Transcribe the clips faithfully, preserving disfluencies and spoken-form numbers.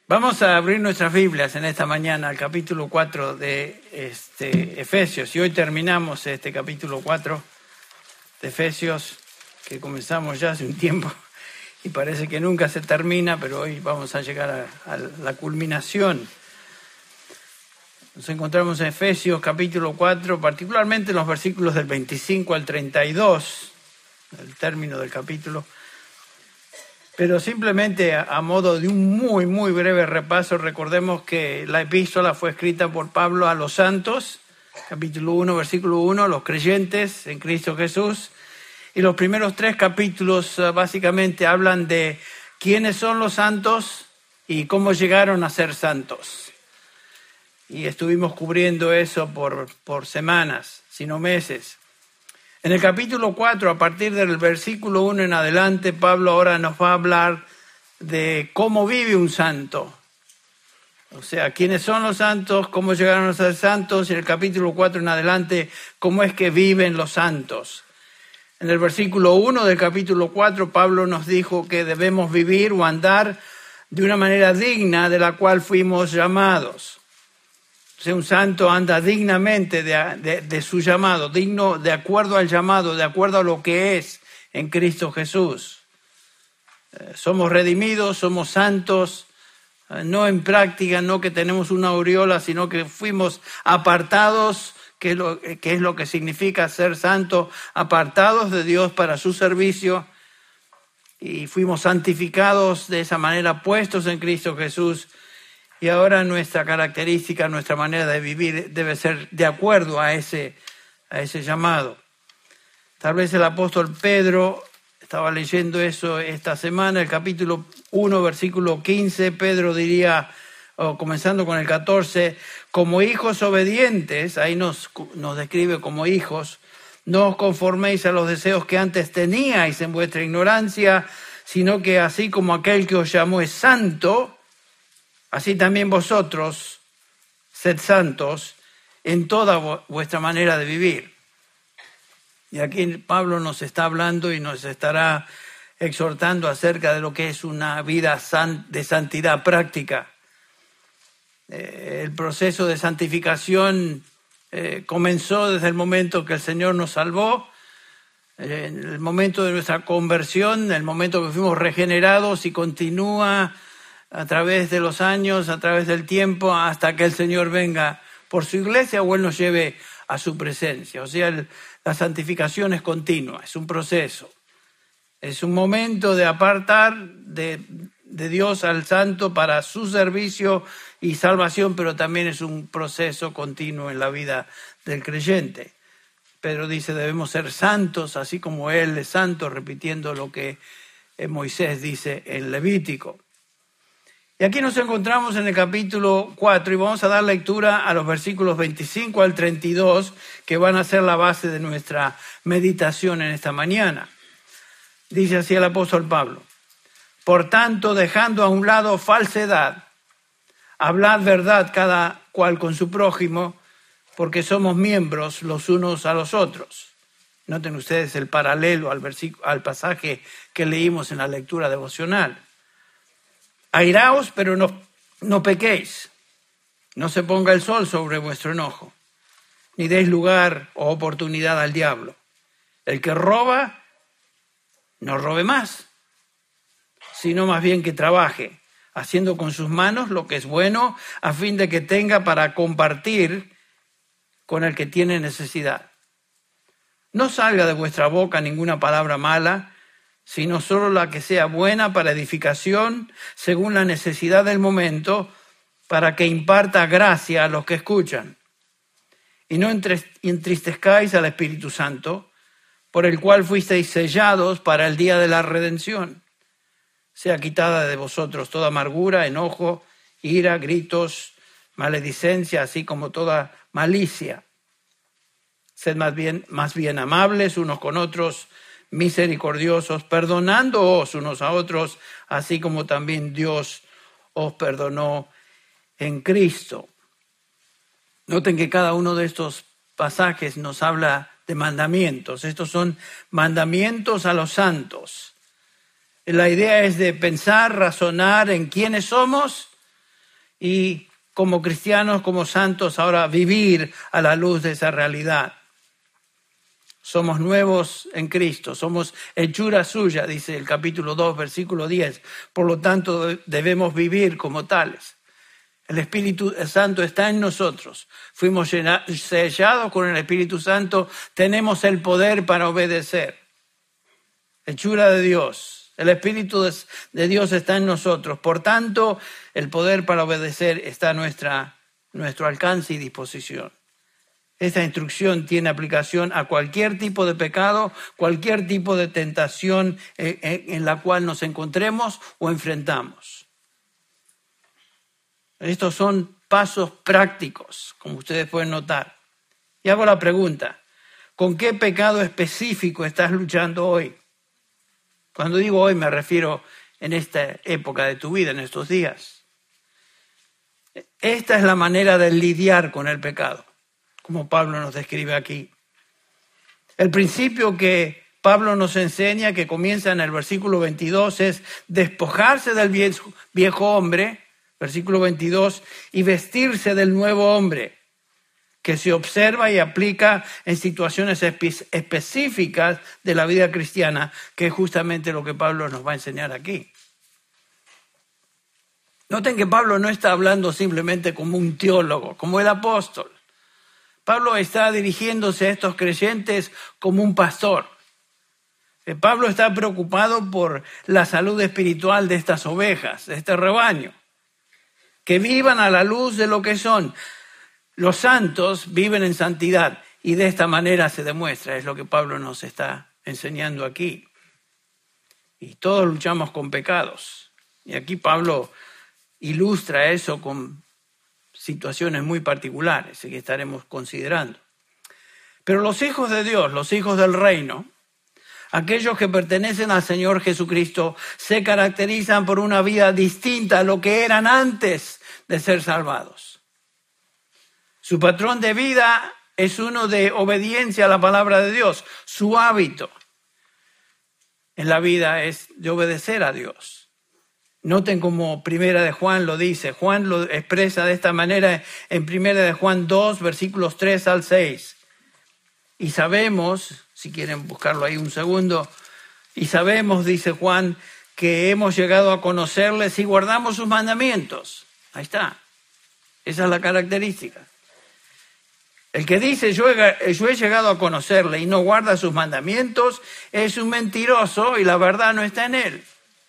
Vamos a abrir nuestras Biblias en esta mañana al capítulo cuatro de este, Efesios. Y hoy terminamos este capítulo cuatro de Efesios, que comenzamos ya hace un tiempo y parece que nunca se termina, pero hoy vamos a llegar a, a la culminación. Nos encontramos en Efesios capítulo cuatro, particularmente en los versículos del veinticinco al treinta y dos, el término del capítulo. Pero simplemente a modo de un muy, muy breve repaso, recordemos que la epístola fue escrita por Pablo a los santos, capítulo uno, versículo uno, los creyentes en Cristo Jesús. Y los primeros tres capítulos básicamente hablan de quiénes son los santos y cómo llegaron a ser santos. Y estuvimos cubriendo eso por, por semanas, sino meses. En el capítulo cuatro, a partir del versículo uno en adelante, Pablo ahora nos va a hablar de cómo vive un santo. O sea, quiénes son los santos, cómo llegaron a ser santos, y en el capítulo cuatro en adelante, cómo es que viven los santos. En el versículo uno del capítulo cuatro, Pablo nos dijo que debemos vivir o andar de una manera digna de la cual fuimos llamados. O sea, un santo anda dignamente de, de, de su llamado, digno de acuerdo al llamado, de acuerdo a lo que es en Cristo Jesús. Eh, somos redimidos, somos santos, eh, no en práctica, no que tenemos una aureola, sino que fuimos apartados, que es lo que, es lo que significa ser santo, apartados de Dios para su servicio, y fuimos santificados de esa manera, puestos en Cristo Jesús. Y ahora nuestra característica, nuestra manera de vivir debe ser de acuerdo a ese, a ese llamado. Tal vez el apóstol Pedro, estaba leyendo eso esta semana, el capítulo uno, versículo quince, Pedro diría, o comenzando con el catorce, como hijos obedientes, ahí nos, nos describe como hijos, no os conforméis a los deseos que antes teníais en vuestra ignorancia, sino que así como aquel que os llamó es santo, así también vosotros sed santos en toda vuestra manera de vivir. Y aquí Pablo nos está hablando y nos estará exhortando acerca de lo que es una vida de santidad práctica. El proceso de santificación eh, comenzó desde el momento que el Señor nos salvó, en el momento de nuestra conversión, en el momento que fuimos regenerados, y continúa a través de los años, a través del tiempo, hasta que el Señor venga por su iglesia o Él nos lleve a su presencia. O sea, el, la santificación es continua, es un proceso. Es un momento de apartar de, de Dios al santo para su servicio y salvación, pero también es un proceso continuo en la vida del creyente. Pedro dice, debemos ser santos, así como Él es santo, repitiendo lo que Moisés dice en Levítico. Y aquí nos encontramos en el capítulo cuatro y vamos a dar lectura a los versículos veinticinco al treinta y dos, que van a ser la base de nuestra meditación en esta mañana. Dice así el apóstol Pablo: por tanto, dejando a un lado falsedad, hablad verdad cada cual con su prójimo, porque somos miembros los unos a los otros. Noten ustedes el paralelo al, versículo, al pasaje que leímos en la lectura devocional. Airaos, pero no, no pequéis. No se ponga el sol sobre vuestro enojo, ni deis lugar o oportunidad al diablo. El que roba, no robe más, sino más bien que trabaje, haciendo con sus manos lo que es bueno, a fin de que tenga para compartir con el que tiene necesidad. No salga de vuestra boca ninguna palabra mala, sino solo la que sea buena para edificación, según la necesidad del momento, para que imparta gracia a los que escuchan. Y no entristezcáis al Espíritu Santo, por el cual fuisteis sellados para el día de la redención. Sea quitada de vosotros toda amargura, enojo, ira, gritos, maledicencia, así como toda malicia. Sed más bien, más bien amables unos con otros, misericordiosos, perdonándoos unos a otros, así como también Dios os perdonó en Cristo. Noten que cada uno de estos pasajes nos habla de mandamientos. Estos son mandamientos a los santos. La idea es de pensar, razonar en quiénes somos y como cristianos, como santos, ahora vivir a la luz de esa realidad. Somos nuevos en Cristo, somos hechura suya, dice el capítulo dos, versículo diez. Por lo tanto, debemos vivir como tales. El Espíritu Santo está en nosotros. Fuimos sellados con el Espíritu Santo, tenemos el poder para obedecer. Hechura de Dios. El Espíritu de Dios está en nosotros. Por tanto, el poder para obedecer está a nuestra, nuestro alcance y disposición. Esta instrucción tiene aplicación a cualquier tipo de pecado, cualquier tipo de tentación en la cual nos encontremos o enfrentamos. Estos son pasos prácticos, como ustedes pueden notar. Y hago la pregunta, ¿con qué pecado específico estás luchando hoy? Cuando digo hoy me refiero en esta época de tu vida, en estos días. Esta es la manera de lidiar con el pecado, como Pablo nos describe aquí. El principio que Pablo nos enseña, que comienza en el versículo veintidós, es despojarse del viejo, viejo hombre, versículo veintidós, y vestirse del nuevo hombre, que se observa y aplica en situaciones espe- específicas de la vida cristiana, que es justamente lo que Pablo nos va a enseñar aquí. Noten que Pablo no está hablando simplemente como un teólogo, como el apóstol. Pablo está dirigiéndose a estos creyentes como un pastor. Pablo está preocupado por la salud espiritual de estas ovejas, de este rebaño. Que vivan a la luz de lo que son. Los santos viven en santidad y de esta manera se demuestra, es lo que Pablo nos está enseñando aquí. Y todos luchamos con pecados. Y aquí Pablo ilustra eso con situaciones muy particulares que estaremos considerando. Pero los hijos de Dios, los hijos del reino, aquellos que pertenecen al Señor Jesucristo, se caracterizan por una vida distinta a lo que eran antes de ser salvados. Su patrón de vida es uno de obediencia a la palabra de Dios. Su hábito en la vida es de obedecer a Dios. Noten cómo Primera de Juan lo dice. Juan lo expresa de esta manera en Primera de Juan dos, versículos tres al seis. Y sabemos, si quieren buscarlo ahí un segundo, y sabemos, dice Juan, que hemos llegado a conocerle si guardamos sus mandamientos. Ahí está. Esa es la característica. El que dice yo he, yo he llegado a conocerle y no guarda sus mandamientos es un mentiroso y la verdad no está en él.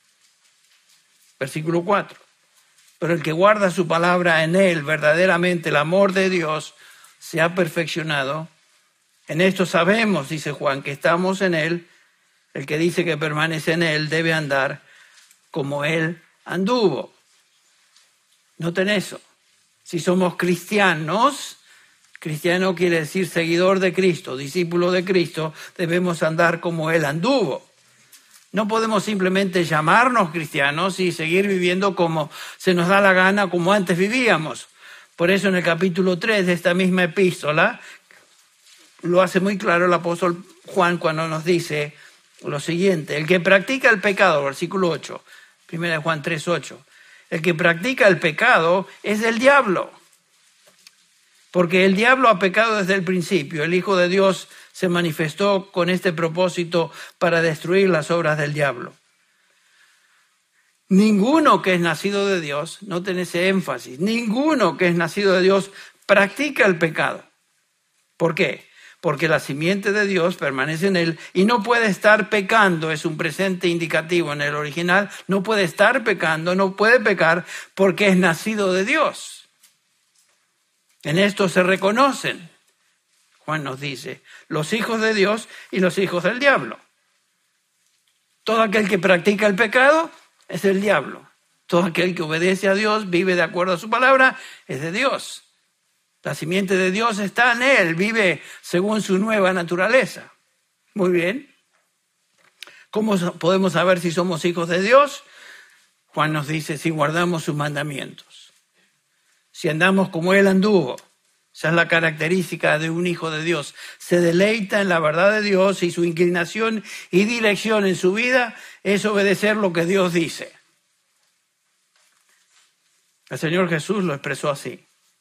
Versículo cuatro. Pero el que guarda su palabra, en él verdaderamente el amor de Dios se ha perfeccionado. En esto sabemos, dice Juan, que estamos en él. El que dice que permanece en él debe andar como él anduvo. Noten eso. Si somos cristianos, cristiano quiere decir seguidor de Cristo, discípulo de Cristo, debemos andar como él anduvo. No podemos simplemente llamarnos cristianos y seguir viviendo como se nos da la gana, como antes vivíamos. Por eso en el capítulo tres de esta misma epístola, lo hace muy claro el apóstol Juan cuando nos dice lo siguiente: el que practica el pecado, versículo ocho, Primera de Juan tres, ocho, el que practica el pecado es del diablo, porque el diablo ha pecado desde el principio. El Hijo de Dios se manifestó con este propósito para destruir las obras del diablo. Ninguno que es nacido de Dios, noten ese énfasis, ninguno que es nacido de Dios practica el pecado. ¿Por qué? Porque la simiente de Dios permanece en él y no puede estar pecando, es un presente indicativo en el original, no puede estar pecando, no puede pecar porque es nacido de Dios. En esto se reconocen, Juan nos dice, los hijos de Dios y los hijos del diablo. Todo aquel que practica el pecado es del diablo. Todo aquel que obedece a Dios, vive de acuerdo a su palabra, es de Dios. La simiente de Dios está en él, vive según su nueva naturaleza. Muy bien. ¿Cómo podemos saber si somos hijos de Dios? Juan nos dice, si guardamos sus mandamientos. Si andamos como él anduvo. Esa es la característica de un hijo de Dios. Se deleita en la verdad de Dios y su inclinación y dirección en su vida es obedecer lo que Dios dice. El Señor Jesús lo expresó así.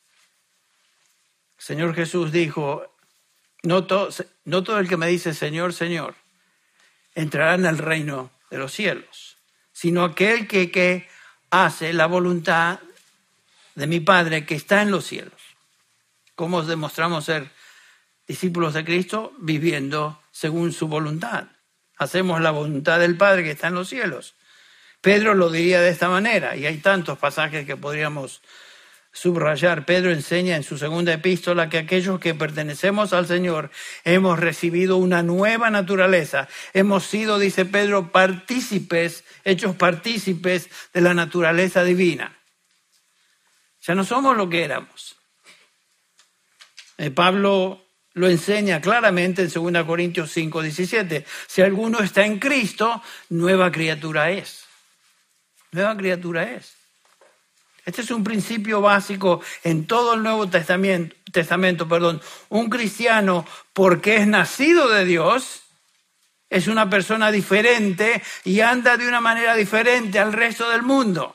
El Señor Jesús dijo, no, to, no todo el que me dice Señor, Señor, entrará en el reino de los cielos, sino aquel que, que hace la voluntad de mi Padre que está en los cielos. ¿Cómo demostramos ser discípulos de Cristo? Viviendo según su voluntad. Hacemos la voluntad del Padre que está en los cielos. Pedro lo diría de esta manera, y hay tantos pasajes que podríamos subrayar. Pedro enseña en su segunda epístola que aquellos que pertenecemos al Señor hemos recibido una nueva naturaleza. Hemos sido, dice Pedro, partícipes, hechos partícipes de la naturaleza divina. Ya no somos lo que éramos. Eh, Pablo lo enseña claramente en segunda Corintios cinco, diecisiete. Si alguno está en Cristo, nueva criatura es. Nueva criatura es. Este es un principio básico en todo el Nuevo Testamento. Testamento, perdón. Un cristiano, porque es nacido de Dios, es una persona diferente y anda de una manera diferente al resto del mundo.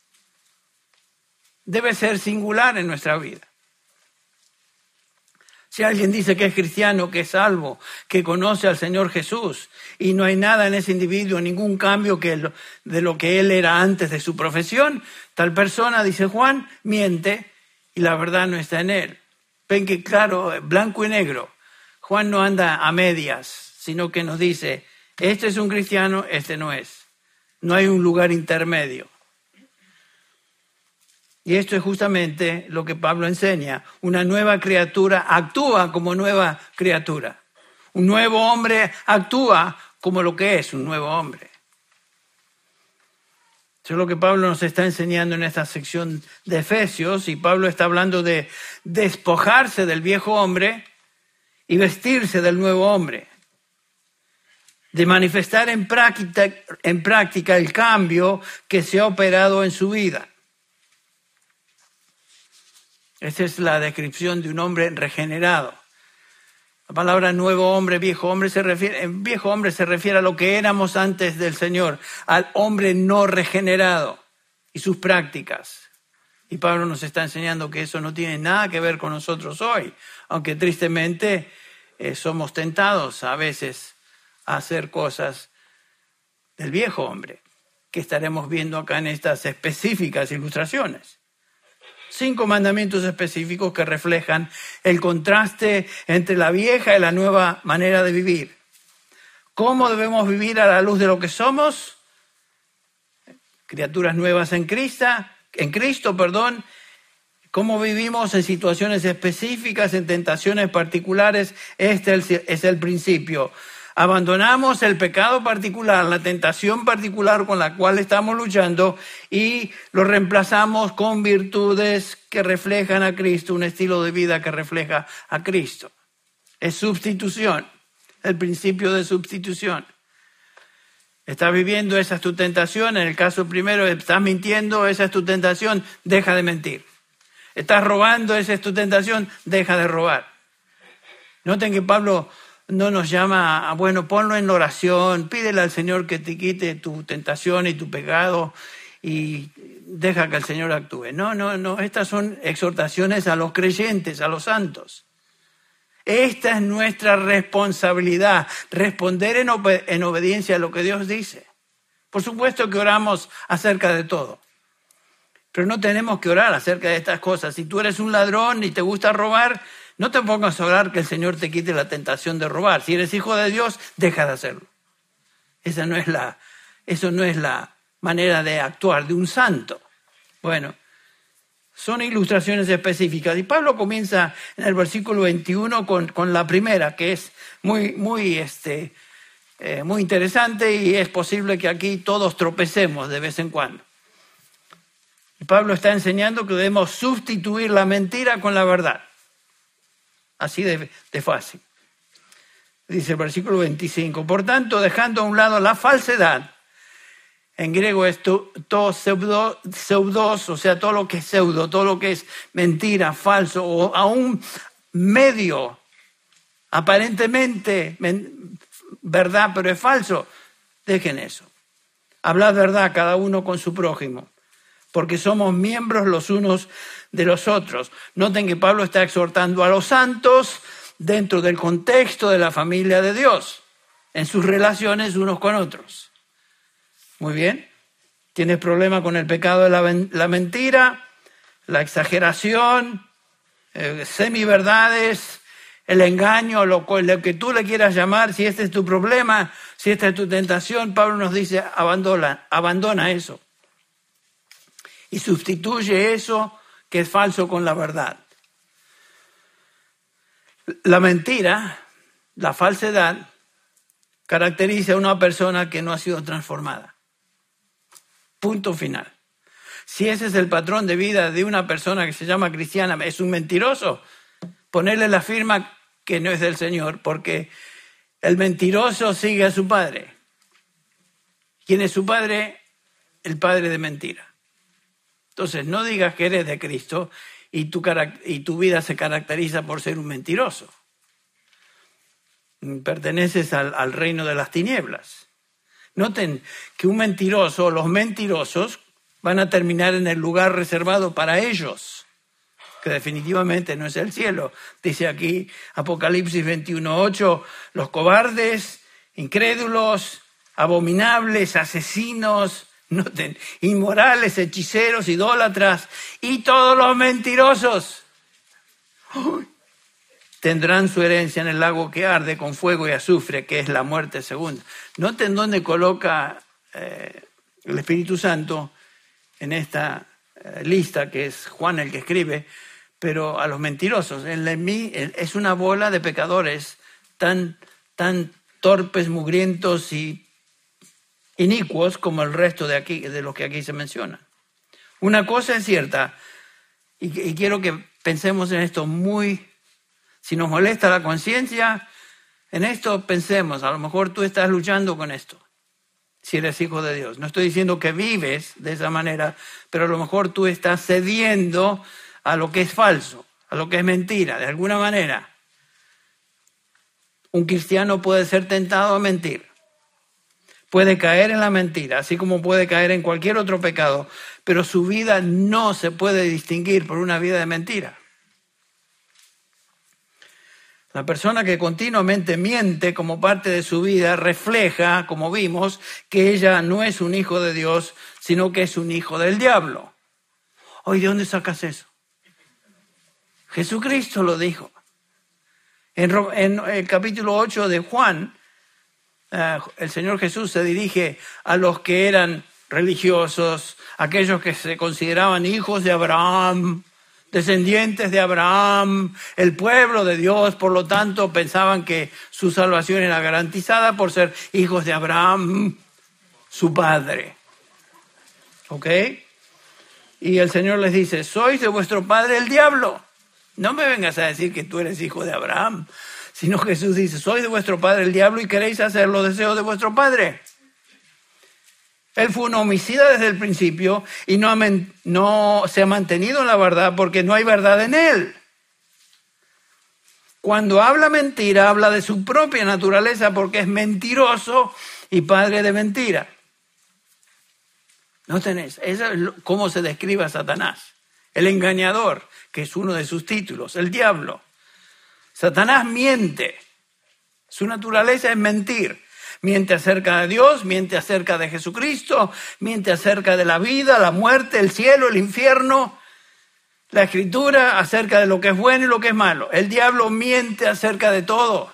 Debe ser singular en nuestra vida. Si alguien dice que es cristiano, que es salvo, que conoce al Señor Jesús y no hay nada en ese individuo, ningún cambio que de lo que él era antes de su profesión, tal persona, dice Juan, miente y la verdad no está en él. Ven que claro, blanco y negro. Juan no anda a medias, sino que nos dice, este es un cristiano, este no es. No hay un lugar intermedio. Y esto es justamente lo que Pablo enseña. Una nueva criatura actúa como nueva criatura. Un nuevo hombre actúa como lo que es un nuevo hombre. Eso es lo que Pablo nos está enseñando en esta sección de Efesios. Y Pablo está hablando de despojarse del viejo hombre y vestirse del nuevo hombre. De manifestar en práctica, en práctica el cambio que se ha operado en su vida. Esta es la descripción de un hombre regenerado. La palabra nuevo hombre, viejo hombre, se refiere, viejo hombre se refiere a lo que éramos antes del Señor, al hombre no regenerado y sus prácticas. Y Pablo nos está enseñando que eso no tiene nada que ver con nosotros hoy, aunque tristemente eh, somos tentados a veces a hacer cosas del viejo hombre, que estaremos viendo acá en estas específicas ilustraciones. Cinco mandamientos específicos que reflejan el contraste entre la vieja y la nueva manera de vivir. ¿Cómo debemos vivir a la luz de lo que somos? Criaturas nuevas en Cristo, en Cristo, perdón. ¿Cómo vivimos en situaciones específicas, en tentaciones particulares? Este es el principio. Abandonamos el pecado particular, la tentación particular con la cual estamos luchando y lo reemplazamos con virtudes que reflejan a Cristo, un estilo de vida que refleja a Cristo. Es sustitución, el principio de sustitución. Estás viviendo, esa es tu tentación. En el caso primero, estás mintiendo, esa es tu tentación, deja de mentir. Estás robando, esa es tu tentación, deja de robar. Noten que Pablo no nos llama a, bueno, ponlo en oración, pídele al Señor que te quite tu tentación y tu pecado y deja que el Señor actúe. No, no, no, estas son exhortaciones a los creyentes, a los santos. Esta es nuestra responsabilidad, responder en, obed- en obediencia a lo que Dios dice. Por supuesto que oramos acerca de todo, pero no tenemos que orar acerca de estas cosas. Si tú eres un ladrón y te gusta robar, no te pongas a orar que el Señor te quite la tentación de robar. Si eres hijo de Dios, deja de hacerlo. Esa no es la, eso no es la manera de actuar de un santo. Bueno, son ilustraciones específicas. Y Pablo comienza en el versículo veintiuno con, con la primera, que es muy, muy, este, eh, muy interesante y es posible que aquí todos tropecemos de vez en cuando. Y Pablo está enseñando que debemos sustituir la mentira con la verdad. Así de, de fácil. Dice el versículo veinticinco. Por tanto, dejando a un lado la falsedad, en griego es to, to pseudo, pseudos, o sea, todo lo que es pseudo, todo lo que es mentira, falso, o aún medio, aparentemente men, verdad, pero es falso. Dejen eso. Hablad verdad cada uno con su prójimo, porque somos miembros los unos de los otros. Noten que Pablo está exhortando a los santos dentro del contexto de la familia de Dios, en sus relaciones unos con otros. Muy bien. ¿Tienes problema con el pecado de la, la mentira, la exageración, eh, semiverdades, el engaño, lo, lo que tú le quieras llamar? Si este es tu problema, si esta es tu tentación, Pablo nos dice, abandona, abandona eso. Y sustituye eso que es falso con la verdad. La mentira, la falsedad, caracteriza a una persona que no ha sido transformada. Punto final. Si ese es el patrón de vida de una persona que se llama cristiana, es un mentiroso, ponerle la firma que no es del Señor, porque el mentiroso sigue a su padre. ¿Quién es su padre? El padre de mentira. Entonces, no digas que eres de Cristo y tu, y tu vida se caracteriza por ser un mentiroso. Perteneces al, al reino de las tinieblas. Noten que un mentiroso, los mentirosos, van a terminar en el lugar reservado para ellos, que definitivamente no es el cielo. Dice aquí Apocalipsis veintiuno ocho, los cobardes, incrédulos, abominables, asesinos, noten, inmorales, hechiceros, idólatras y todos los mentirosos ¡Uy! Tendrán su herencia en el lago que arde con fuego y azufre, que es la muerte segunda. Noten dónde coloca eh, el Espíritu Santo en esta eh, lista, que es Juan el que escribe, pero a los mentirosos. En mí es una bola de pecadores tan, tan torpes, mugrientos y inicuos como el resto de, aquí, de los que aquí se mencionan. Una cosa es cierta, y, y quiero que pensemos en esto muy... Si nos molesta la conciencia, en esto pensemos, a lo mejor tú estás luchando con esto, si eres hijo de Dios. No estoy diciendo que vives de esa manera, pero a lo mejor tú estás cediendo a lo que es falso, a lo que es mentira, de alguna manera. Un cristiano puede ser tentado a mentir, puede caer en la mentira, así como puede caer en cualquier otro pecado, pero su vida no se puede distinguir por una vida de mentira. La persona que continuamente miente como parte de su vida refleja, como vimos, que ella no es un hijo de Dios, sino que es un hijo del diablo. Oye, ¿de dónde sacas eso? Jesucristo lo dijo. En, en el capítulo ocho de Juan, uh, el Señor Jesús se dirige a los que eran religiosos, aquellos que se consideraban hijos de Abraham, descendientes de Abraham, el pueblo de Dios, por lo tanto pensaban que su salvación era garantizada por ser hijos de Abraham, su padre. ¿Ok? Y el Señor les dice, sois de vuestro padre el diablo. No me vengas a decir que tú eres hijo de Abraham, sino Jesús dice, sois de vuestro padre el diablo y queréis hacer los deseos de vuestro padre. Él fue un homicida desde el principio y no, ha, no se ha mantenido en la verdad porque no hay verdad en él. Cuando habla mentira, habla de su propia naturaleza porque es mentiroso y padre de mentira. ¿No tenés? Eso es cómo se describe a Satanás. El engañador, que es uno de sus títulos, el diablo. Satanás miente. Su naturaleza es mentir. Miente acerca de Dios, miente acerca de Jesucristo, miente acerca de la vida, la muerte, el cielo, el infierno, la Escritura, acerca de lo que es bueno y lo que es malo. El diablo miente acerca de todo.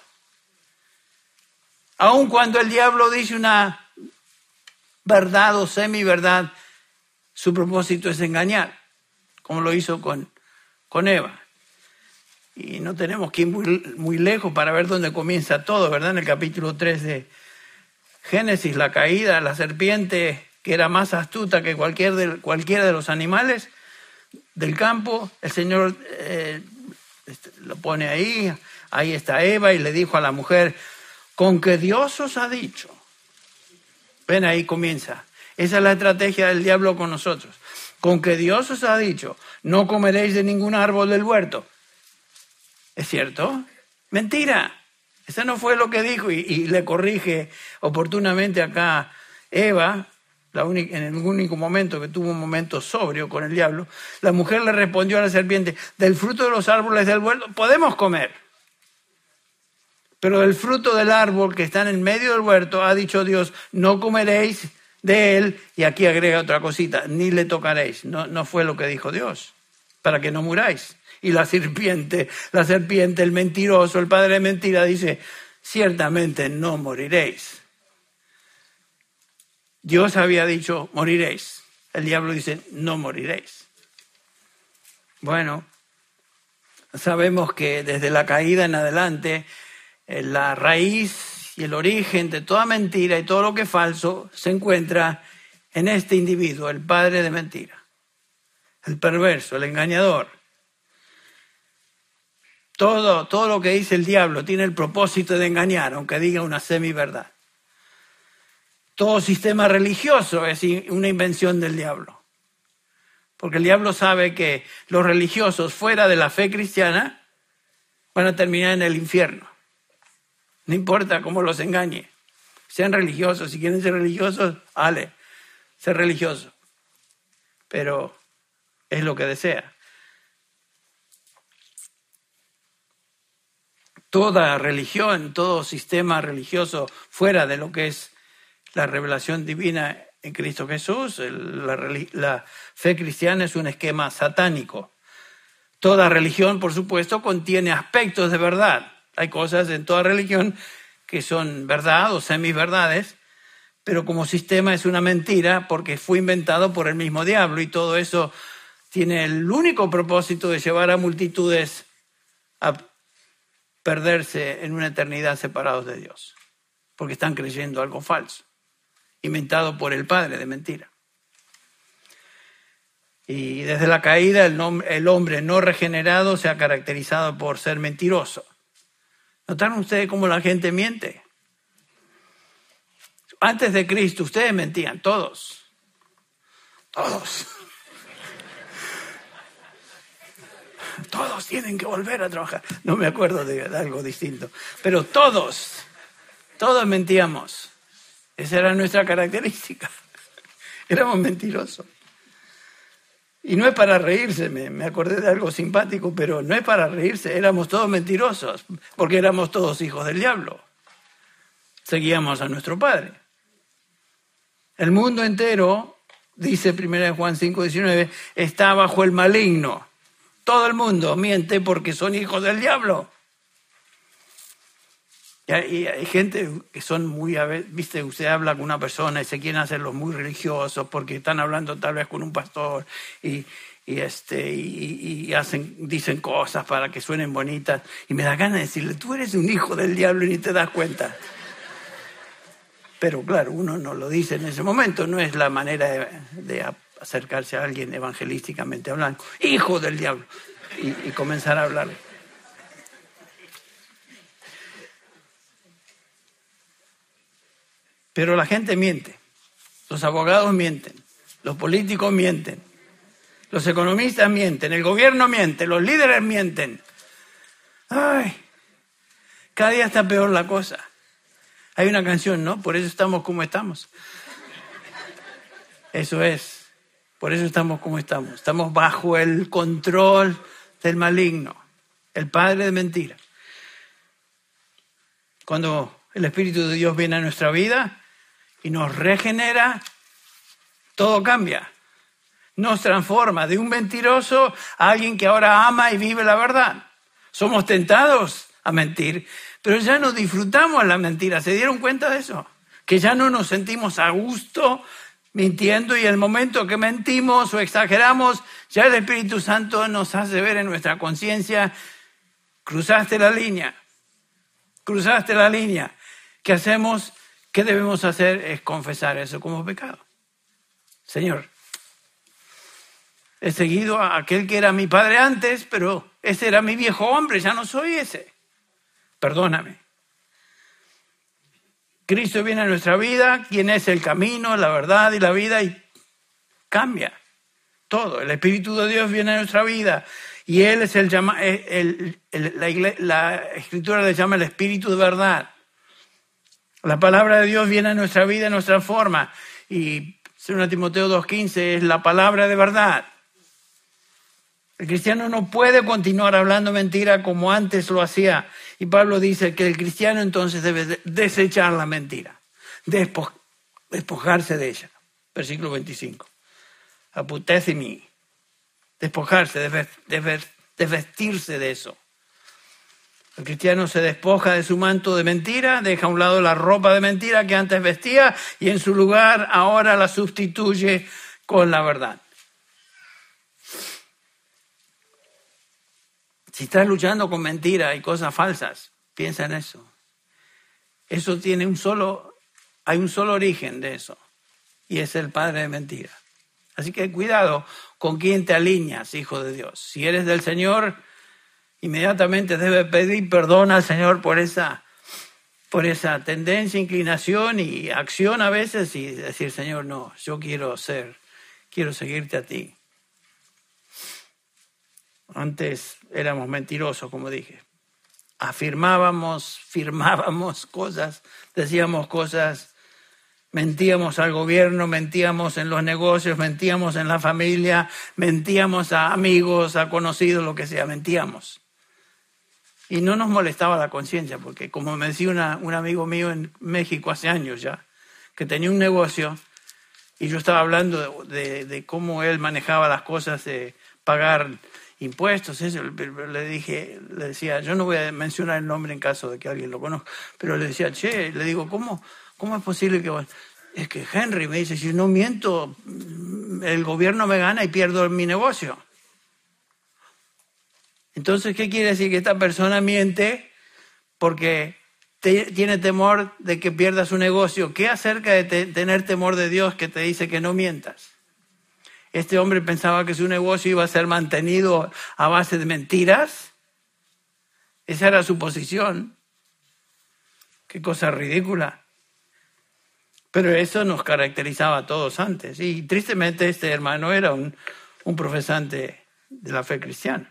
Aun cuando el diablo dice una verdad o semiverdad, su propósito es engañar, como lo hizo con, con Eva. Y no tenemos que ir muy, muy lejos para ver dónde comienza todo, ¿verdad? En el capítulo tres de Génesis, la caída, la serpiente que era más astuta que cualquier de, cualquiera de los animales del campo, el Señor eh, lo pone ahí, ahí está Eva y le dijo a la mujer, con que Dios os ha dicho. Ven, ahí comienza. Esa es la estrategia del diablo con nosotros. Con que Dios os ha dicho, no comeréis de ningún árbol del huerto. ¿Es cierto? Mentira. Eso no fue lo que dijo y, y le corrige oportunamente acá Eva, la única, en el único momento que tuvo un momento sobrio con el diablo, la mujer le respondió a la serpiente, del fruto de los árboles del huerto podemos comer, pero del fruto del árbol que está en el medio del huerto ha dicho Dios, no comeréis de él, y aquí agrega otra cosita, ni le tocaréis. No, no fue lo que dijo Dios, para que no muráis. Y la serpiente, la serpiente, el mentiroso, el padre de mentira dice, ciertamente no moriréis. Dios había dicho, moriréis. El diablo dice, no moriréis. Bueno, sabemos que desde la caída en adelante, la raíz y el origen de toda mentira y todo lo que es falso se encuentra en este individuo, el padre de mentira, el perverso, el engañador. Todo, todo lo que dice el diablo tiene el propósito de engañar, aunque diga una semiverdad. Todo sistema religioso es una invención del diablo. Porque el diablo sabe que los religiosos fuera de la fe cristiana van a terminar en el infierno. No importa cómo los engañe. Sean religiosos, si quieren ser religiosos, vale, ser religioso. Pero es lo que desea. Toda religión, todo sistema religioso fuera de lo que es la revelación divina en Cristo Jesús, la, la fe cristiana es un esquema satánico. Toda religión, por supuesto, contiene aspectos de verdad. Hay cosas en toda religión que son verdad o semiverdades, pero como sistema es una mentira porque fue inventado por el mismo diablo y todo eso tiene el único propósito de llevar a multitudes a perderse en una eternidad separados de Dios, porque están creyendo algo falso, inventado por el padre de mentira. Y desde la caída el, nombre, el hombre no regenerado se ha caracterizado por ser mentiroso. ¿Notaron ustedes cómo la gente miente? Antes de Cristo ustedes mentían, todos. Todos. Todos tienen que volver a trabajar. No me acuerdo de, de algo distinto. Pero todos, todos mentíamos. Esa era nuestra característica. Éramos mentirosos. Y no es para reírse, me, me acordé de algo simpático, pero no es para reírse, éramos todos mentirosos, porque éramos todos hijos del diablo. Seguíamos a nuestro padre. El mundo entero, dice primera de Juan cinco diecinueve, está bajo el maligno. Todo el mundo miente porque son hijos del diablo. Y hay, y hay gente que son muy, viste, usted habla con una persona y se quieren hacer los muy religiosos porque están hablando tal vez con un pastor y, y, este, y, y hacen, dicen cosas para que suenen bonitas. Y me da ganas de decirle, tú eres un hijo del diablo y ni te das cuenta. Pero claro, uno no lo dice en ese momento, no es la manera de, de acercarse a alguien evangelísticamente hablando. Hijo del diablo. Y, y comenzar a hablarle. Pero la gente miente, los abogados mienten, los políticos mienten, los economistas mienten, el gobierno miente, los líderes mienten. Ay, cada día está peor la cosa. Hay una canción, ¿no? Por eso estamos como estamos. Eso es, por eso estamos como estamos. Estamos bajo el control del maligno, el padre de mentira. Cuando el Espíritu de Dios viene a nuestra vida y nos regenera, todo cambia. Nos transforma de un mentiroso a alguien que ahora ama y vive la verdad. Somos tentados a mentir, pero ya no disfrutamos la mentira. ¿Se dieron cuenta de eso? Que ya no nos sentimos a gusto mintiendo y el momento que mentimos o exageramos, ya el Espíritu Santo nos hace ver en nuestra conciencia, cruzaste la línea, cruzaste la línea. ¿Qué hacemos? ¿Qué debemos hacer? Es confesar eso como pecado. Señor, he seguido a aquel que era mi padre antes, pero ese era mi viejo hombre, ya no soy ese. Perdóname. Cristo viene a nuestra vida, quien es el camino, la verdad y la vida, y cambia todo. El Espíritu de Dios viene a nuestra vida y Él es el llama, el, el, la, iglesia, la Escritura le llama el Espíritu de verdad. La palabra de Dios viene a nuestra vida, nos transforma y segunda Timoteo dos quince es la palabra de verdad. El cristiano no puede continuar hablando mentira como antes lo hacía. Y Pablo dice que el cristiano entonces debe desechar la mentira, despo- despojarse de ella. Versículo veinticinco. Aputethimi, despojarse, desvestirse de eso. El cristiano se despoja de su manto de mentira, deja a un lado la ropa de mentira que antes vestía y en su lugar ahora la sustituye con la verdad. Si estás luchando con mentira y cosas falsas, piensa en eso. Eso tiene un solo, hay un solo origen de eso, y es el padre de mentira. Así que cuidado con quién te alineas, hijo de Dios. Si eres del Señor, inmediatamente debes pedir perdón al Señor por esa, por esa tendencia, inclinación y acción a veces, y decir, Señor, no, yo quiero ser, quiero seguirte a ti. Antes éramos mentirosos, como dije. Afirmábamos, firmábamos cosas, decíamos cosas, mentíamos al gobierno, mentíamos en los negocios, mentíamos en la familia, mentíamos a amigos, a conocidos, lo que sea, mentíamos. Y no nos molestaba la conciencia, porque como me decía una, un amigo mío en México hace años ya, que tenía un negocio, y yo estaba hablando de, de, de cómo él manejaba las cosas, de pagar impuestos, eso, le dije, le decía, yo no voy a mencionar el nombre en caso de que alguien lo conozca, pero le decía, che, le digo, ¿cómo, cómo es posible que... Es que Henry me dice, si no miento, el gobierno me gana y pierdo mi negocio. Entonces, ¿qué quiere decir? Que esta persona miente porque te, tiene temor de que pierda su negocio. ¿Qué acerca de te, tener temor de Dios que te dice que no mientas? Este hombre pensaba que su negocio iba a ser mantenido a base de mentiras. Esa era su posición. Qué cosa ridícula. Pero eso nos caracterizaba a todos antes. Y tristemente este hermano era un, un profesante de la fe cristiana.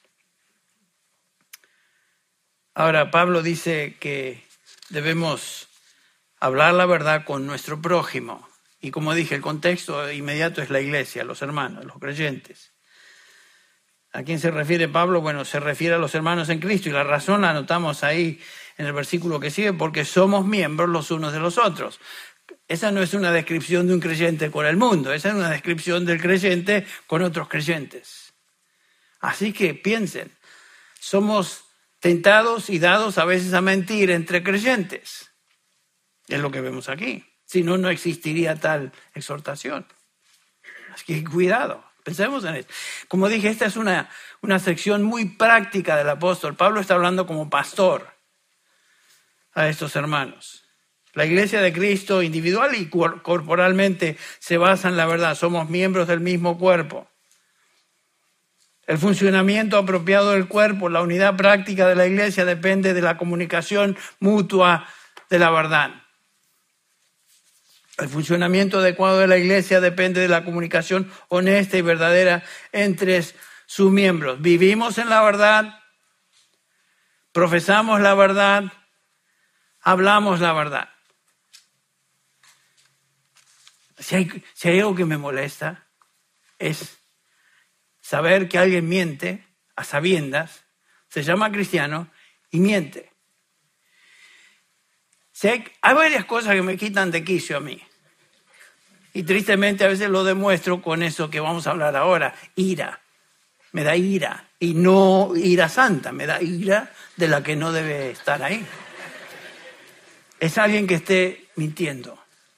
Ahora Pablo dice que debemos hablar la verdad con nuestro prójimo. Y como dije, el contexto inmediato es la iglesia, los hermanos, los creyentes. ¿A quién se refiere Pablo? Bueno, se refiere a los hermanos en Cristo. Y la razón la anotamos ahí en el versículo que sigue, porque somos miembros los unos de los otros. Esa no es una descripción de un creyente con el mundo, esa es una descripción del creyente con otros creyentes. Así que piensen, somos tentados y dados a veces a mentir entre creyentes. Es lo que vemos aquí. Si no, no existiría tal exhortación. Así que cuidado, pensemos en esto. Como dije, esta es una, una sección muy práctica del apóstol. Pablo está hablando como pastor a estos hermanos. La iglesia de Cristo, individual y corporalmente, se basa en la verdad. Somos miembros del mismo cuerpo. El funcionamiento apropiado del cuerpo, la unidad práctica de la iglesia, depende de la comunicación mutua de la verdad. El funcionamiento adecuado de la iglesia depende de la comunicación honesta y verdadera entre sus miembros. Vivimos en la verdad, profesamos la verdad, hablamos la verdad. Si hay, si hay algo que me molesta, es saber que alguien miente a sabiendas, se llama cristiano y miente. Si hay, hay varias cosas que me quitan de quicio a mí. Y tristemente a veces lo demuestro con eso que vamos a hablar ahora, ira. Me da ira. Y no ira santa, me da ira de la que no debe estar ahí. Es alguien que esté mintiendo.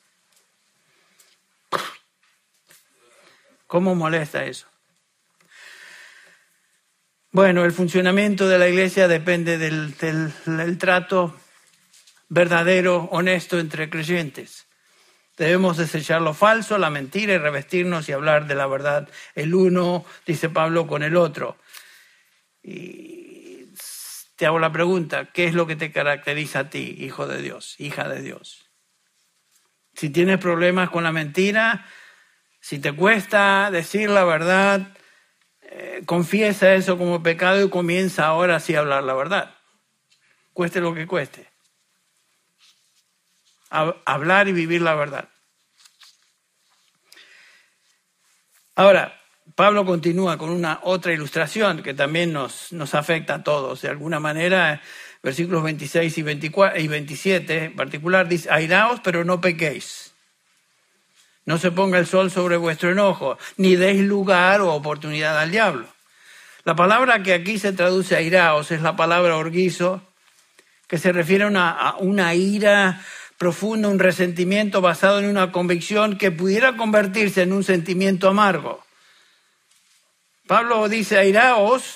¿Cómo molesta eso? Bueno, el funcionamiento de la iglesia depende del, del, del trato verdadero, honesto entre creyentes. Debemos desechar lo falso, la mentira y revestirnos y hablar de la verdad el uno, dice Pablo, con el otro. Y te hago la pregunta, ¿qué es lo que te caracteriza a ti, hijo de Dios, hija de Dios? Si tienes problemas con la mentira, si te cuesta decir la verdad, eh, confiesa eso como pecado y comienza ahora sí a hablar la verdad. Cueste lo que cueste. Hablar y vivir la verdad. Ahora, Pablo continúa con una otra ilustración que también nos, nos afecta a todos. De alguna manera, versículos veintiséis y, veinticuatro, y veintisiete en particular, dice, airaos, pero no pequéis. No se ponga el sol sobre vuestro enojo, ni deis lugar o oportunidad al diablo. La palabra que aquí se traduce airaos es la palabra orgizo, que se refiere a una, a una ira profunda, un resentimiento basado en una convicción que pudiera convertirse en un sentimiento amargo. Pablo dice airaos,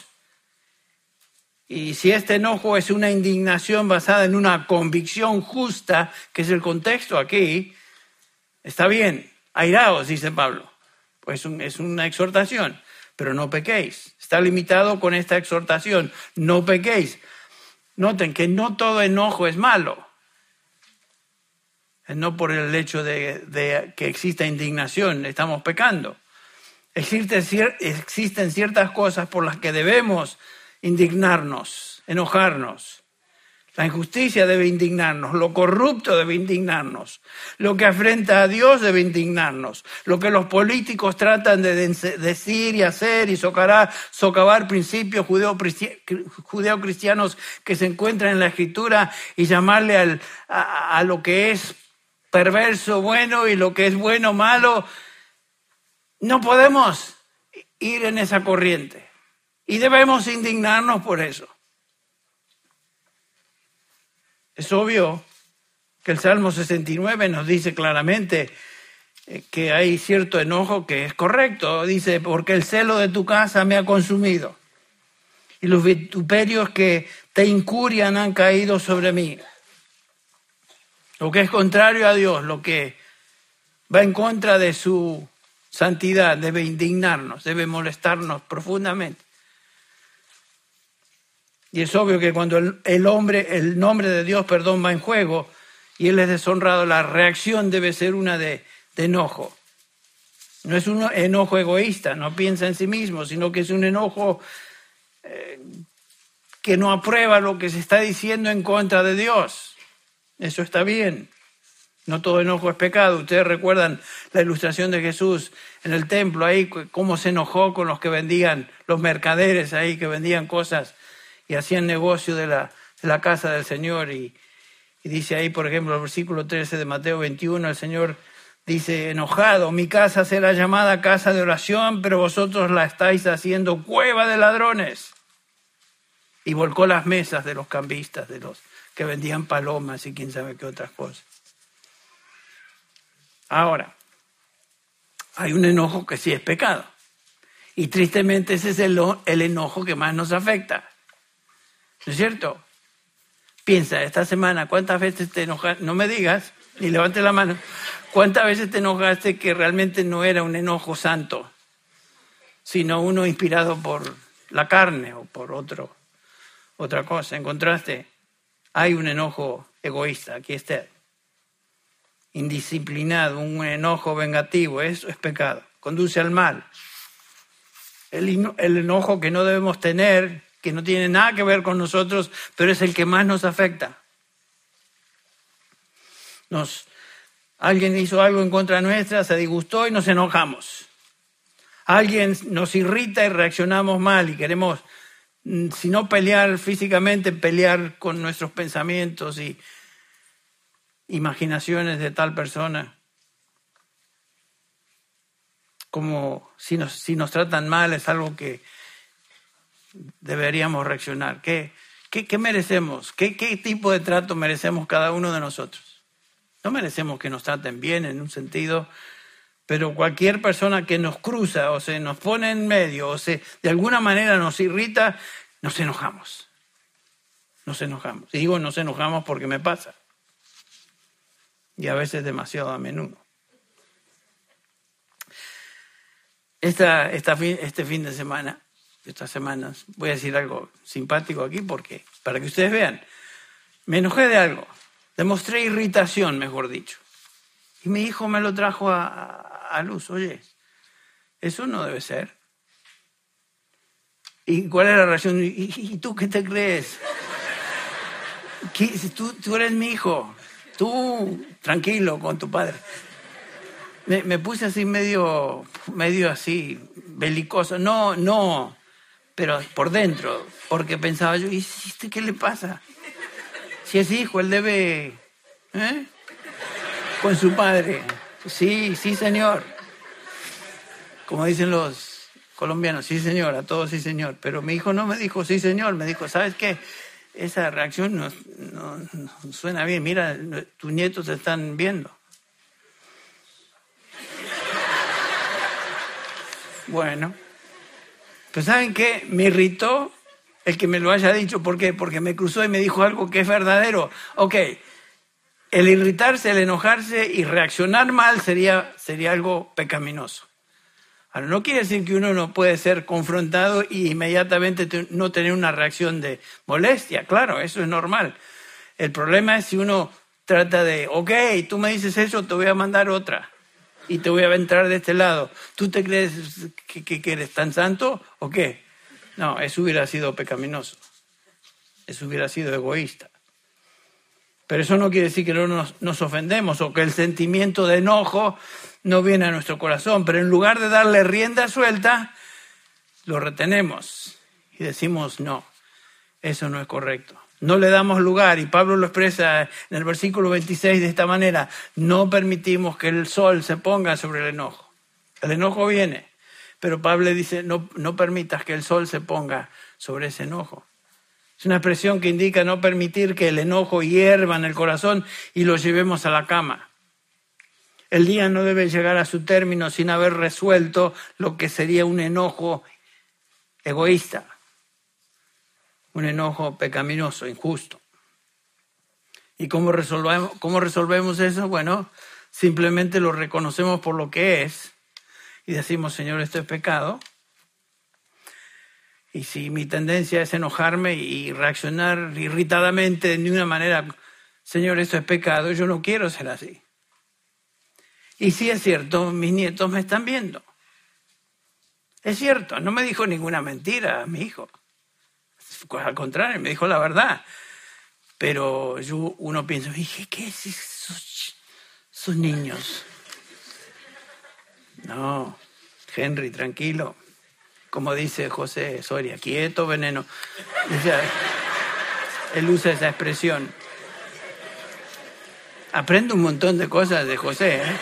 y si este enojo es una indignación basada en una convicción justa, que es el contexto aquí, está bien, airaos, dice Pablo. Pues un, es una exhortación, pero no pequéis. Está limitado con esta exhortación, no pequéis. Noten que no todo enojo es malo. No por el hecho de, de que exista indignación, estamos pecando. Existen, existen ciertas cosas por las que debemos indignarnos, enojarnos. La injusticia debe indignarnos, lo corrupto debe indignarnos, lo que afrenta a Dios debe indignarnos, lo que los políticos tratan de decir y hacer y socavar, socavar principios judeo-cristianos que se encuentran en la Escritura y llamarle al, a, a lo que es perverso bueno y lo que es bueno malo. No podemos ir en esa corriente y debemos indignarnos por eso. Es obvio que el Salmo sesenta y nueve nos dice claramente que hay cierto enojo que es correcto. Dice, porque el celo de tu casa me ha consumido y los vituperios que te incurian han caído sobre mí. Lo que es contrario a Dios, lo que va en contra de su santidad, debe indignarnos, debe molestarnos profundamente. Y es obvio que cuando el, el hombre, el nombre de Dios, perdón, va en juego y él es deshonrado, la reacción debe ser una de, de enojo. No es un enojo egoísta, no piensa en sí mismo, sino que es un enojo eh, que no aprueba lo que se está diciendo en contra de Dios. Eso está bien. No todo enojo es pecado. Ustedes recuerdan la ilustración de Jesús en el templo, ahí cómo se enojó con los que vendían, los mercaderes ahí que vendían cosas y hacían negocio de la, de la casa del Señor. Y, y dice ahí, por ejemplo, el versículo trece de Mateo veintiuno, el Señor dice, enojado, mi casa será llamada casa de oración, pero vosotros la estáis haciendo cueva de ladrones. Y volcó las mesas de los cambistas, de los que vendían palomas y quién sabe qué otras cosas. Ahora, hay un enojo que sí es pecado. Y tristemente ese es el, el enojo que más nos afecta. ¿No es cierto? Piensa, esta semana, ¿cuántas veces te enojaste? No me digas, ni levantes la mano. ¿Cuántas veces te enojaste que realmente no era un enojo santo, sino uno inspirado por la carne o por otro, otra cosa? ¿Encontraste? Hay un enojo egoísta, aquí está. Indisciplinado, un enojo vengativo, eso es pecado, conduce al mal. El, el enojo que no debemos tener, que no tiene nada que ver con nosotros, pero es el que más nos afecta. Nos, alguien hizo algo en contra nuestra, se disgustó y nos enojamos. Alguien nos irrita y reaccionamos mal y queremos, si no pelear físicamente, pelear con nuestros pensamientos y imaginaciones de tal persona. Como si nos, si nos tratan mal es algo que deberíamos reaccionar. ¿Qué, qué, qué merecemos? ¿Qué, ¿Qué tipo de trato merecemos cada uno de nosotros? No merecemos que nos traten bien en un sentido, pero cualquier persona que nos cruza o se nos pone en medio o se de alguna manera nos irrita, nos enojamos. Nos enojamos. Y digo nos enojamos porque me pasa. Y a veces demasiado a menudo. Esta, esta, este fin de semana, estas semanas, voy a decir algo simpático aquí porque para que ustedes vean, me enojé de algo, demostré irritación, mejor dicho. Y mi hijo me lo trajo a, a, a luz. Oye, eso no debe ser. ¿Y cuál es la reacción? ¿Y, y tú qué te crees? ¿Qué, tú, tú eres mi hijo. Tú, tranquilo con tu padre. Me, me puse así medio, medio así, belicoso. No, no, pero por dentro, porque pensaba yo, ¿y este qué le pasa? Si es hijo, él debe, ¿eh? Con su padre. Sí, sí, señor. Como dicen los colombianos, sí, señor, a todos sí, señor. Pero mi hijo no me dijo sí, señor, me dijo, ¿sabes qué? Esa reacción no, no, no suena bien. Mira, tus nietos te están viendo. Bueno, pues ¿saben qué? Me irritó el que me lo haya dicho. ¿Por qué? Porque me cruzó y me dijo algo que es verdadero. Ok, el irritarse, el enojarse y reaccionar mal sería, sería algo pecaminoso. Ahora, no quiere decir que uno no puede ser confrontado y inmediatamente te, no tener una reacción de molestia. Claro, eso es normal. El problema es si uno trata de, ok, tú me dices eso, te voy a mandar otra. Y te voy a entrar de este lado. ¿Tú te crees que, que, que eres tan santo o qué? No, eso hubiera sido pecaminoso. Eso hubiera sido egoísta. Pero eso no quiere decir que no nos, nos ofendemos o que el sentimiento de enojo no viene a nuestro corazón. Pero en lugar de darle rienda suelta, lo retenemos y decimos no, eso no es correcto. No le damos lugar, y Pablo lo expresa en el versículo veintiséis de esta manera: no permitimos que el sol se ponga sobre el enojo. El enojo viene, pero Pablo dice, no, no permitas que el sol se ponga sobre ese enojo. Es una expresión que indica no permitir que el enojo hierva en el corazón y lo llevemos a la cama. El día no debe llegar a su término sin haber resuelto lo que sería un enojo egoísta. Un enojo pecaminoso, injusto. ¿Y cómo resolvemos, cómo resolvemos eso? Bueno, simplemente lo reconocemos por lo que es y decimos, Señor, esto es pecado. Y si mi tendencia es enojarme y reaccionar irritadamente de una manera, Señor, esto es pecado, yo no quiero ser así. Y sí es cierto, mis nietos me están viendo. Es cierto, no me dijo ninguna mentira mi hijo. Al contrario, me dijo la verdad. Pero yo, uno piensa, dije, ¿qué es esos, esos niños? No, Henry, tranquilo. Como dice José Soria, quieto, veneno. O sea, él usa esa expresión. Aprendo un montón de cosas de José, ¿eh?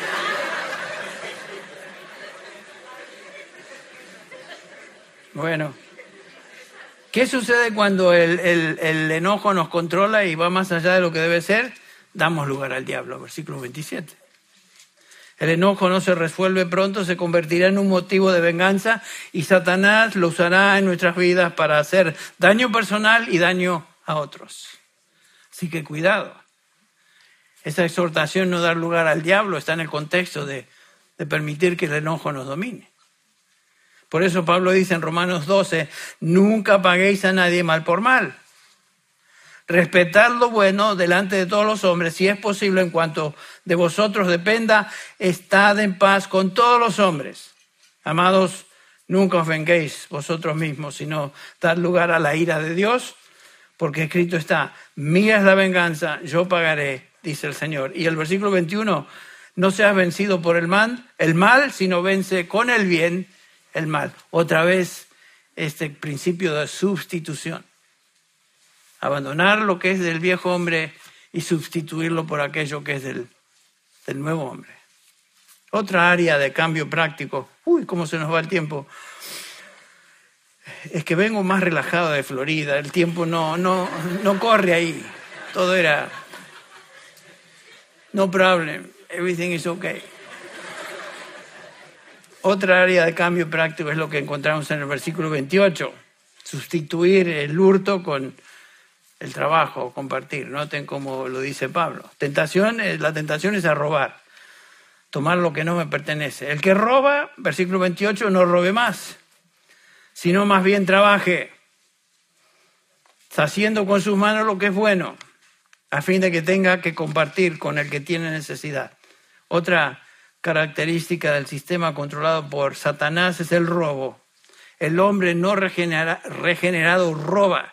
Bueno. ¿Qué sucede cuando el, el, el enojo nos controla y va más allá de lo que debe ser? Damos lugar al diablo, versículo veintisiete. El enojo no se resuelve pronto, se convertirá en un motivo de venganza y Satanás lo usará en nuestras vidas para hacer daño personal y daño a otros. Así que cuidado. Esa exhortación, no dar lugar al diablo, está en el contexto de, de permitir que el enojo nos domine. Por eso Pablo dice en Romanos doce, nunca paguéis a nadie mal por mal. Respetad lo bueno delante de todos los hombres, si es posible, en cuanto de vosotros dependa, estad en paz con todos los hombres. Amados, nunca os venguéis vosotros mismos, sino dad lugar a la ira de Dios, porque escrito está, mía es la venganza, yo pagaré, dice el Señor. Y el versículo veintiuno, no seas vencido por el mal, el mal, sino vence con el bien el mal. Otra vez este principio de sustitución. Abandonar lo que es del viejo hombre y sustituirlo por aquello que es del, del nuevo hombre. Otra área de cambio práctico. Uy, cómo se nos va el tiempo. Es que vengo más relajado de Florida. El tiempo no, no, no corre ahí. Todo era no problem. Everything is okay. Otra área de cambio práctico es lo que encontramos en el versículo veintiocho. Sustituir el hurto con el trabajo, compartir. Noten cómo lo dice Pablo. Tentación, la tentación es a robar. Tomar lo que no me pertenece. El que roba, versículo veintiocho, no robe más, sino más bien trabaje, haciendo con sus manos lo que es bueno, a fin de que tenga que compartir con el que tiene necesidad. Otra característica del sistema controlado por Satanás es el robo. El hombre no regenera, regenerado roba.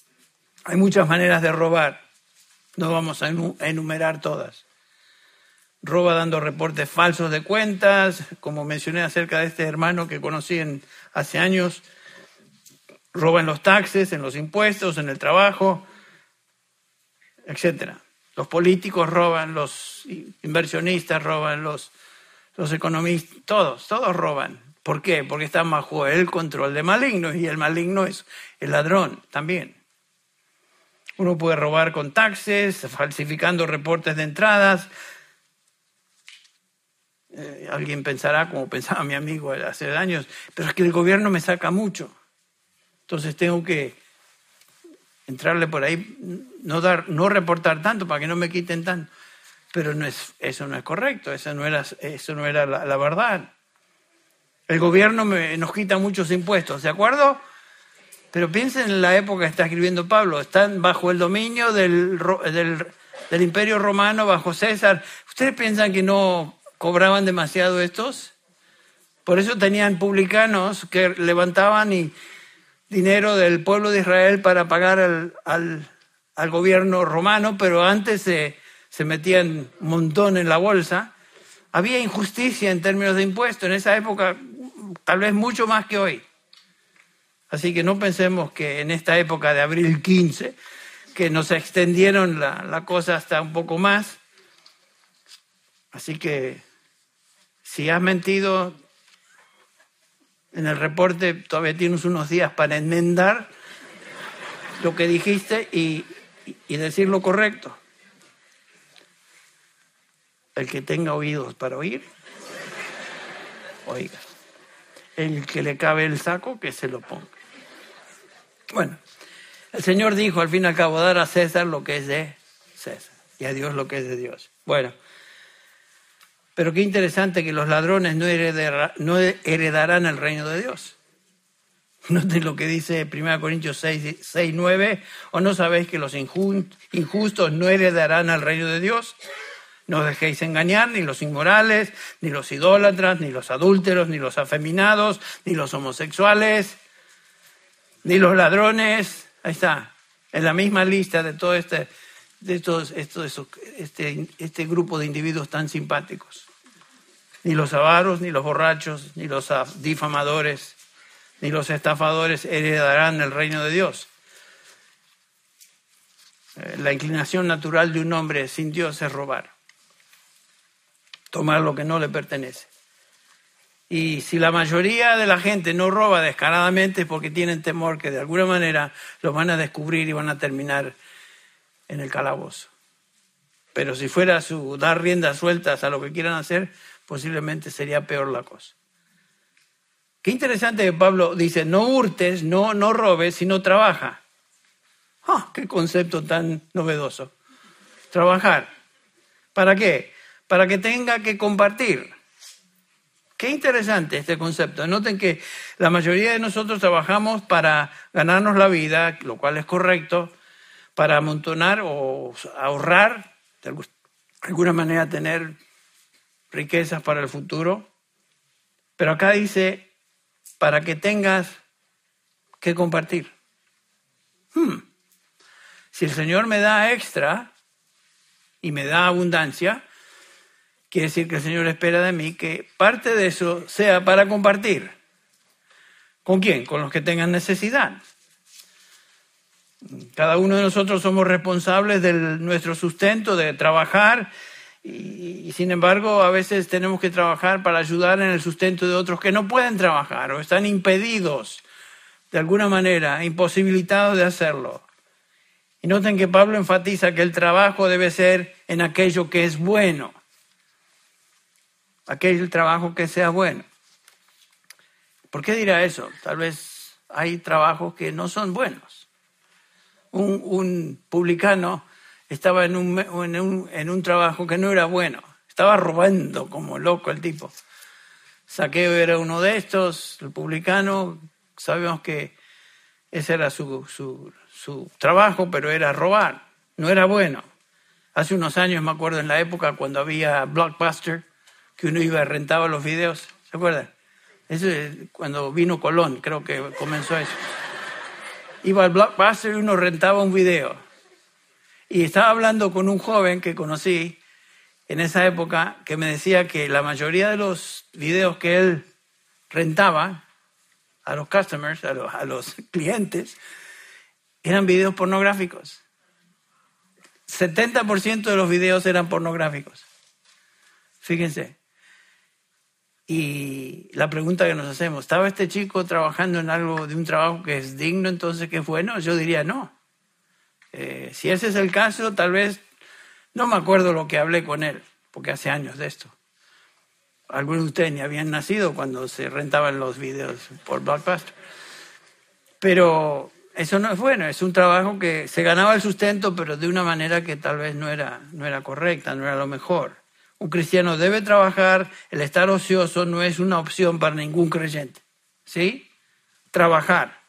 Hay muchas maneras de robar. No vamos a enumerar todas. roba dando reportes falsos de cuentas, como mencioné acerca de este hermano que conocí en, hace años, roba en los taxes, en los impuestos, en el trabajo, etcétera. Los políticos roban, los inversionistas roban, los, los economistas, todos, todos roban. ¿Por qué? Porque están bajo el control de malignos y el maligno es el ladrón también. Uno puede robar con taxes, falsificando reportes de entradas. Eh, alguien pensará, como pensaba mi amigo hace años, pero es que el gobierno me saca mucho. Entonces tengo que entrarle por ahí, no dar, no reportar tanto para que no me quiten tanto. Pero no es, eso no es correcto, eso no era, eso no era la, la verdad. El gobierno me, nos quita muchos impuestos, ¿de acuerdo? Pero piensen en la época que está escribiendo Pablo. Están bajo el dominio del, del, del Imperio Romano, bajo César. ¿Ustedes piensan que no cobraban demasiado estos? Por eso tenían publicanos que levantaban y dinero del pueblo de Israel para pagar al, al, al gobierno romano, pero antes se, se metían un montón en la bolsa. Había injusticia en términos de impuestos en esa época, tal vez mucho más que hoy. Así que no pensemos que en esta época de abril quince, que nos extendieron la, la cosa hasta un poco más. Así que si has mentido en el reporte, todavía tienes unos días para enmendar lo que dijiste y, y decir lo correcto. El que tenga oídos para oír, oiga. El que le cabe el saco, que se lo ponga. Bueno, el Señor dijo, al fin y al cabo, dar a César lo que es de César y a Dios lo que es de Dios. Bueno, pero qué interesante que los ladrones no, heredar, no heredarán el reino de Dios. Noten lo que dice primera Corintios seis, nueve, ¿o no sabéis que los injustos no heredarán el reino de Dios? No os dejéis engañar, ni los inmorales, ni los idólatras, ni los adúlteros, ni los afeminados, ni los homosexuales, ni los ladrones. Ahí está, en la misma lista de todo este, de todos estos, este, este grupo de individuos tan simpáticos. Ni los avaros, ni los borrachos, ni los difamadores, ni los estafadores heredarán el reino de Dios. La inclinación natural de un hombre sin Dios es robar. Tomar lo que no le pertenece. Y si la mayoría de la gente no roba descaradamente es porque tienen temor que de alguna manera lo van a descubrir y van a terminar en el calabozo. Pero si fuera su dar riendas sueltas a lo que quieran hacer, posiblemente sería peor la cosa. Qué interesante que Pablo dice, no hurtes, no, no robes, sino trabaja. ¡Ah! ¡Qué concepto tan novedoso! Trabajar. ¿Para qué? Para que tenga que compartir. Qué interesante este concepto. Noten que la mayoría de nosotros trabajamos para ganarnos la vida, lo cual es correcto, para amontonar o ahorrar, de alguna manera tener riquezas para el futuro. Pero acá dice, para que tengas que compartir. Hmm. Si el Señor me da extra y me da abundancia, quiere decir que el Señor espera de mí que parte de eso sea para compartir. ¿Con quién? Con los que tengan necesidad. Cada uno de nosotros somos responsables de nuestro sustento, de trabajar, y, y sin embargo a veces tenemos que trabajar para ayudar en el sustento de otros que no pueden trabajar o están impedidos de alguna manera, imposibilitados de hacerlo. Y noten que Pablo enfatiza que el trabajo debe ser en aquello que es bueno. Aquel trabajo que sea bueno. ¿Por qué dirá eso? Tal vez hay trabajos que no son buenos. Un, un publicano estaba en un, en, un, en un trabajo que no era bueno. Estaba robando como loco el tipo. Saqueo era uno de estos, el publicano, sabemos que ese era su, su, su trabajo, pero era robar, no era bueno. Hace unos años, me acuerdo, en la época cuando había Blockbuster, que uno iba y rentaba los videos, ¿se acuerdan? Eso es cuando vino Colón, creo que comenzó eso. Iba al Blockbuster y uno rentaba un video. Y estaba hablando con un joven que conocí en esa época que me decía que la mayoría de los videos que él rentaba a los customers, a los, a los clientes, eran videos pornográficos. setenta por ciento de los videos eran pornográficos. Fíjense. Y la pregunta que nos hacemos, ¿estaba este chico trabajando en algo de un trabajo que es digno, entonces que es bueno? Yo diría no. Eh, si ese es el caso, tal vez, no me acuerdo lo que hablé con él, porque hace años de esto. Algunos de ustedes ni habían nacido cuando se rentaban los videos por Blockbuster. Pero eso no es bueno, es un trabajo que se ganaba el sustento, pero de una manera que tal vez no era, no era correcta, no era lo mejor. Un cristiano debe trabajar, el estar ocioso no es una opción para ningún creyente. ¿Sí? Trabajar.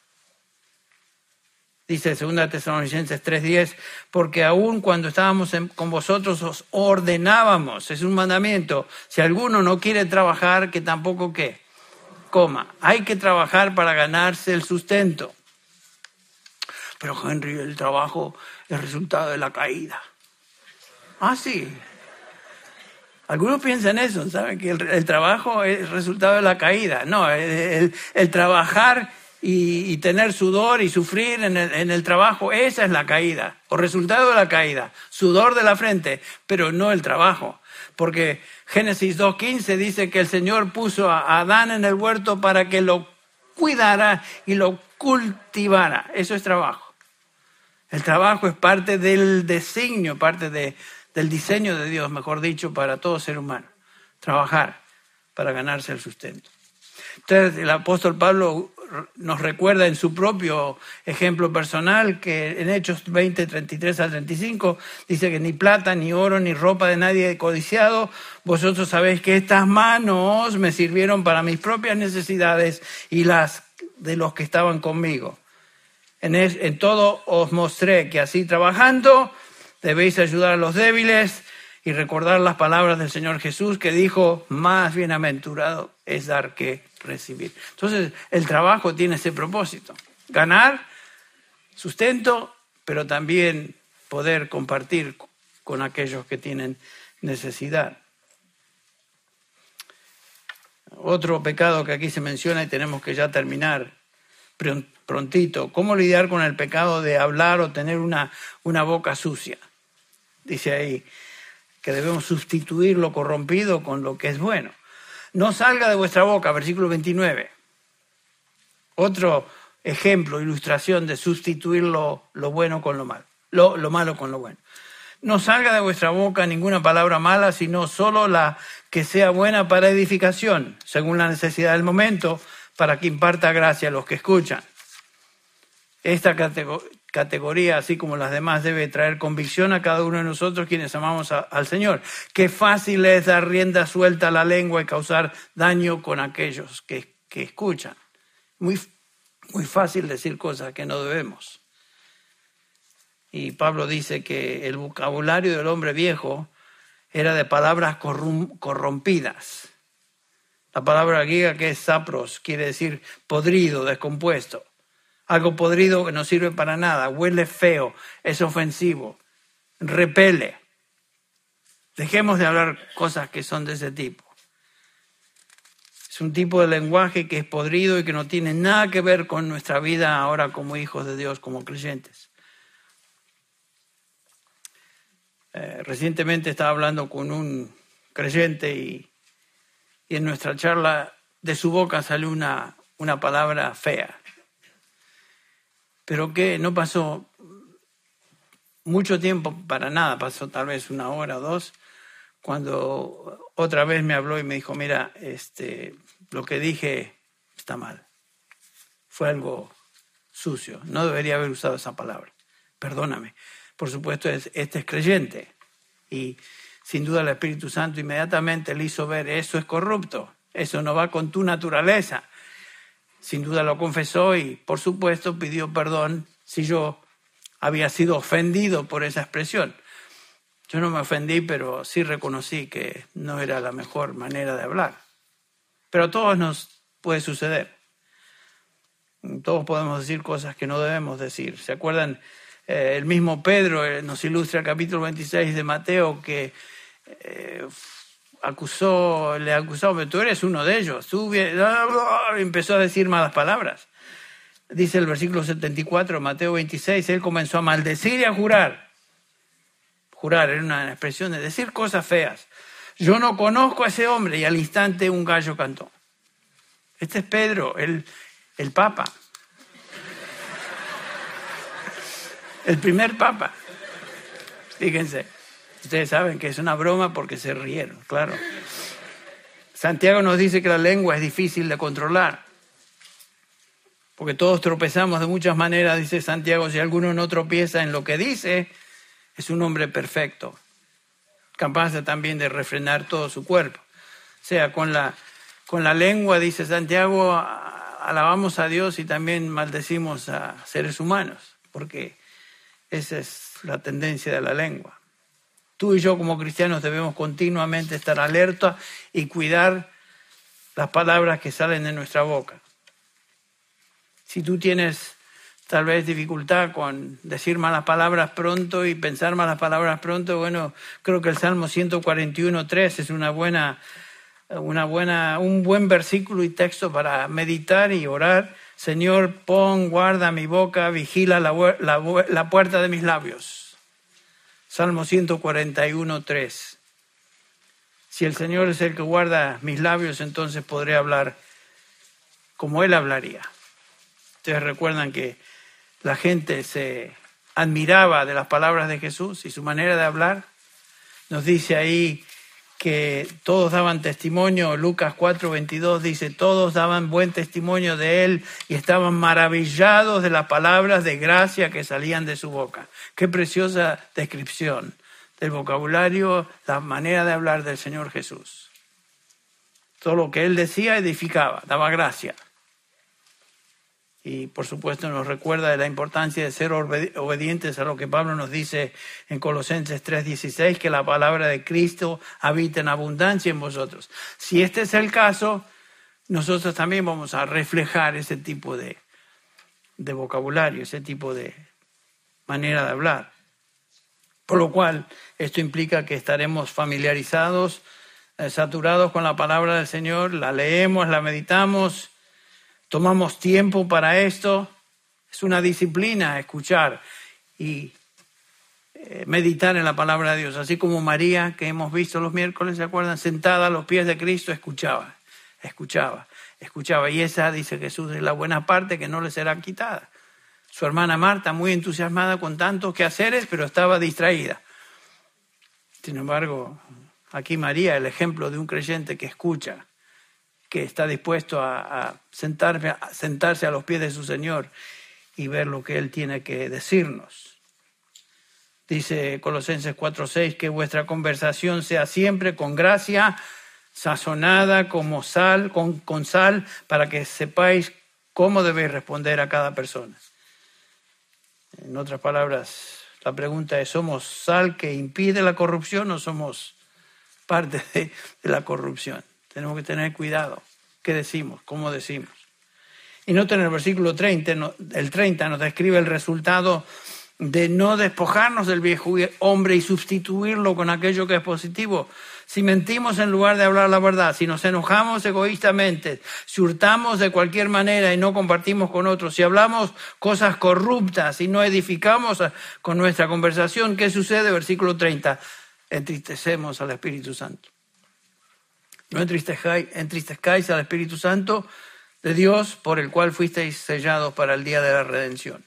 Dice segunda Tesalonicenses tres diez, porque aún cuando estábamos en, con vosotros os ordenábamos, es un mandamiento, si alguno no quiere trabajar, que tampoco ¿qué? Coma. Hay que trabajar para ganarse el sustento. Pero Henry, el trabajo es resultado de la caída. Ah, sí. Algunos piensan eso, ¿saben? Que el, el trabajo es resultado de la caída. No, el, el, el trabajar y, y tener sudor y sufrir en el, en el trabajo, esa es la caída, o resultado de la caída, sudor de la frente, pero no el trabajo. Porque Génesis dos quince dice que el Señor puso a Adán en el huerto para que lo cuidara y lo cultivara. Eso es trabajo. El trabajo es parte del designio, parte de... del diseño de Dios, mejor dicho, para todo ser humano. Trabajar para ganarse el sustento. Entonces, el apóstol Pablo nos recuerda en su propio ejemplo personal que en Hechos veinte, treinta y tres al treinta y cinco dice que ni plata, ni oro, ni ropa de nadie he codiciado. Vosotros sabéis que estas manos me sirvieron para mis propias necesidades y las de los que estaban conmigo. En, es, en todo os mostré que así trabajando debéis ayudar a los débiles y recordar las palabras del Señor Jesús que dijo, más bienaventurado es dar que recibir. Entonces, el trabajo tiene ese propósito. Ganar, sustento, pero también poder compartir con aquellos que tienen necesidad. Otro pecado que aquí se menciona y tenemos que ya terminar prontito. ¿Cómo lidiar con el pecado de hablar o tener una, una boca sucia? Dice ahí que debemos sustituir lo corrompido con lo que es bueno. No salga de vuestra boca, versículo veintinueve. Otro ejemplo, ilustración de sustituir lo, lo bueno con lo malo, lo, lo malo con lo bueno. No salga de vuestra boca ninguna palabra mala, sino solo la que sea buena para edificación, según la necesidad del momento, para que imparta gracia a los que escuchan. Esta categoría, así como las demás, debe traer convicción a cada uno de nosotros quienes amamos a, al Señor. Qué fácil es dar rienda suelta a la lengua y causar daño con aquellos que, que escuchan. Muy, muy fácil decir cosas que no debemos. Y Pablo dice que el vocabulario del hombre viejo era de palabras corrum, corrompidas. La palabra griega que es sapros quiere decir podrido, descompuesto. Algo podrido que no sirve para nada, huele feo, es ofensivo, repele. Dejemos de hablar cosas que son de ese tipo. Es un tipo de lenguaje que es podrido y que no tiene nada que ver con nuestra vida ahora como hijos de Dios, como creyentes. Eh, recientemente estaba hablando con un creyente y, y en nuestra charla de su boca salió una, una palabra fea. Pero que no pasó mucho tiempo para nada, pasó tal vez una hora o dos, cuando otra vez me habló y me dijo, mira, este, lo que dije está mal. Fue algo sucio, no debería haber usado esa palabra. Perdóname. Por supuesto, este es creyente y sin duda el Espíritu Santo inmediatamente le hizo ver, eso es corrupto, eso no va con tu naturaleza. Sin duda lo confesó y, por supuesto, pidió perdón si yo había sido ofendido por esa expresión. Yo no me ofendí, pero sí reconocí que no era la mejor manera de hablar. Pero a todos nos puede suceder. Todos podemos decir cosas que no debemos decir. ¿Se acuerdan? Eh, el mismo Pedro eh, nos ilustra el capítulo veintiséis de Mateo que eh, acusó, le acusó, pero tú eres uno de ellos. Tú empezó a decir malas palabras. Dice el versículo setenta y cuatro, Mateo veintiséis, él comenzó a maldecir y a jurar. Jurar era una expresión de decir cosas feas. Yo no conozco a ese hombre, y al instante un gallo cantó. Este es Pedro, el, el Papa. El primer Papa. Fíjense. Ustedes saben que es una broma porque se rieron, claro. Santiago nos dice que la lengua es difícil de controlar. Porque todos tropezamos de muchas maneras, dice Santiago. Si alguno no tropieza en lo que dice, es un hombre perfecto, capaz de, también de refrenar todo su cuerpo. O sea, con la, con la lengua, dice Santiago, alabamos a Dios y también maldecimos a seres humanos, porque esa es la tendencia de la lengua. Tú y yo como cristianos debemos continuamente estar alerta y cuidar las palabras que salen de nuestra boca. Si tú tienes tal vez dificultad con decir malas palabras pronto y pensar malas palabras pronto, bueno, creo que el Salmo ciento cuarenta y uno, tres es una buena, una buena, un buen versículo y texto para meditar y orar. Señor, pon, guarda mi boca, vigila la, la, la puerta de mis labios. Salmo ciento cuarenta y uno, tres. Si el Señor es el que guarda mis labios, entonces podré hablar como Él hablaría. Ustedes recuerdan que la gente se admiraba de las palabras de Jesús y su manera de hablar. Nos dice ahí que todos daban testimonio. Lucas cuatro veintidós dice, todos daban buen testimonio de Él y estaban maravillados de las palabras de gracia que salían de su boca. Qué preciosa descripción del vocabulario, la manera de hablar del Señor Jesús. Todo lo que Él decía edificaba, daba gracia. Y por supuesto nos recuerda de la importancia de ser obedientes a lo que Pablo nos dice en Colosenses tres dieciséis, que la palabra de Cristo habita en abundancia en vosotros. Si este es el caso, nosotros también vamos a reflejar ese tipo de, de vocabulario, ese tipo de manera de hablar. Por lo cual, esto implica que estaremos familiarizados, eh, saturados con la palabra del Señor, la leemos, la meditamos. Tomamos tiempo para esto. Es una disciplina escuchar y eh, meditar en la palabra de Dios. Así como María, que hemos visto los miércoles, ¿se acuerdan? Sentada a los pies de Cristo, escuchaba, escuchaba, escuchaba. Y esa, dice Jesús, es la buena parte que no le será quitada. Su hermana Marta, muy entusiasmada con tantos quehaceres, pero estaba distraída. Sin embargo, aquí María, el ejemplo de un creyente que escucha, que está dispuesto a, a, sentarme, a sentarse a los pies de su Señor y ver lo que Él tiene que decirnos. Dice Colosenses cuatro seis, que vuestra conversación sea siempre con gracia, sazonada como sal, con, con sal, para que sepáis cómo debéis responder a cada persona. En otras palabras, la pregunta es, ¿somos sal que impide la corrupción o somos parte de, de la corrupción? Tenemos que tener cuidado. ¿Qué decimos? ¿Cómo decimos? Y noten el versículo treinta, el treinta nos describe el resultado de no despojarnos del viejo hombre y sustituirlo con aquello que es positivo. Si mentimos en lugar de hablar la verdad, si nos enojamos egoístamente, si hurtamos de cualquier manera y no compartimos con otros, si hablamos cosas corruptas y no edificamos con nuestra conversación, ¿qué sucede? Versículo treinta, entristecemos al Espíritu Santo. No entristezcáis, entristezcáis al Espíritu Santo de Dios, por el cual fuisteis sellados para el día de la redención.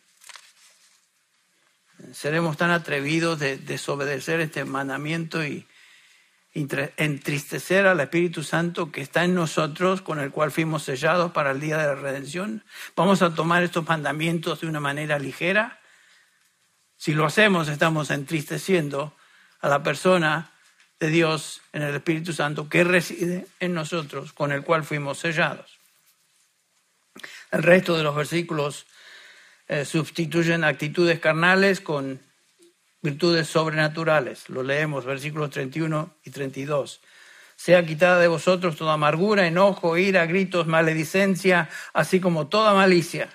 Seremos tan atrevidos de desobedecer este mandamiento y entristecer al Espíritu Santo que está en nosotros, con el cual fuimos sellados para el día de la redención. ¿Vamos a tomar estos mandamientos de una manera ligera? Si lo hacemos, estamos entristeciendo a la persona de Dios en el Espíritu Santo que reside en nosotros, con el cual fuimos sellados. El resto de los versículos eh, sustituyen actitudes carnales con virtudes sobrenaturales. Lo leemos, versículos treinta y uno y treinta y dos. Sea quitada de vosotros toda amargura, enojo, ira, gritos, maledicencia, así como toda malicia.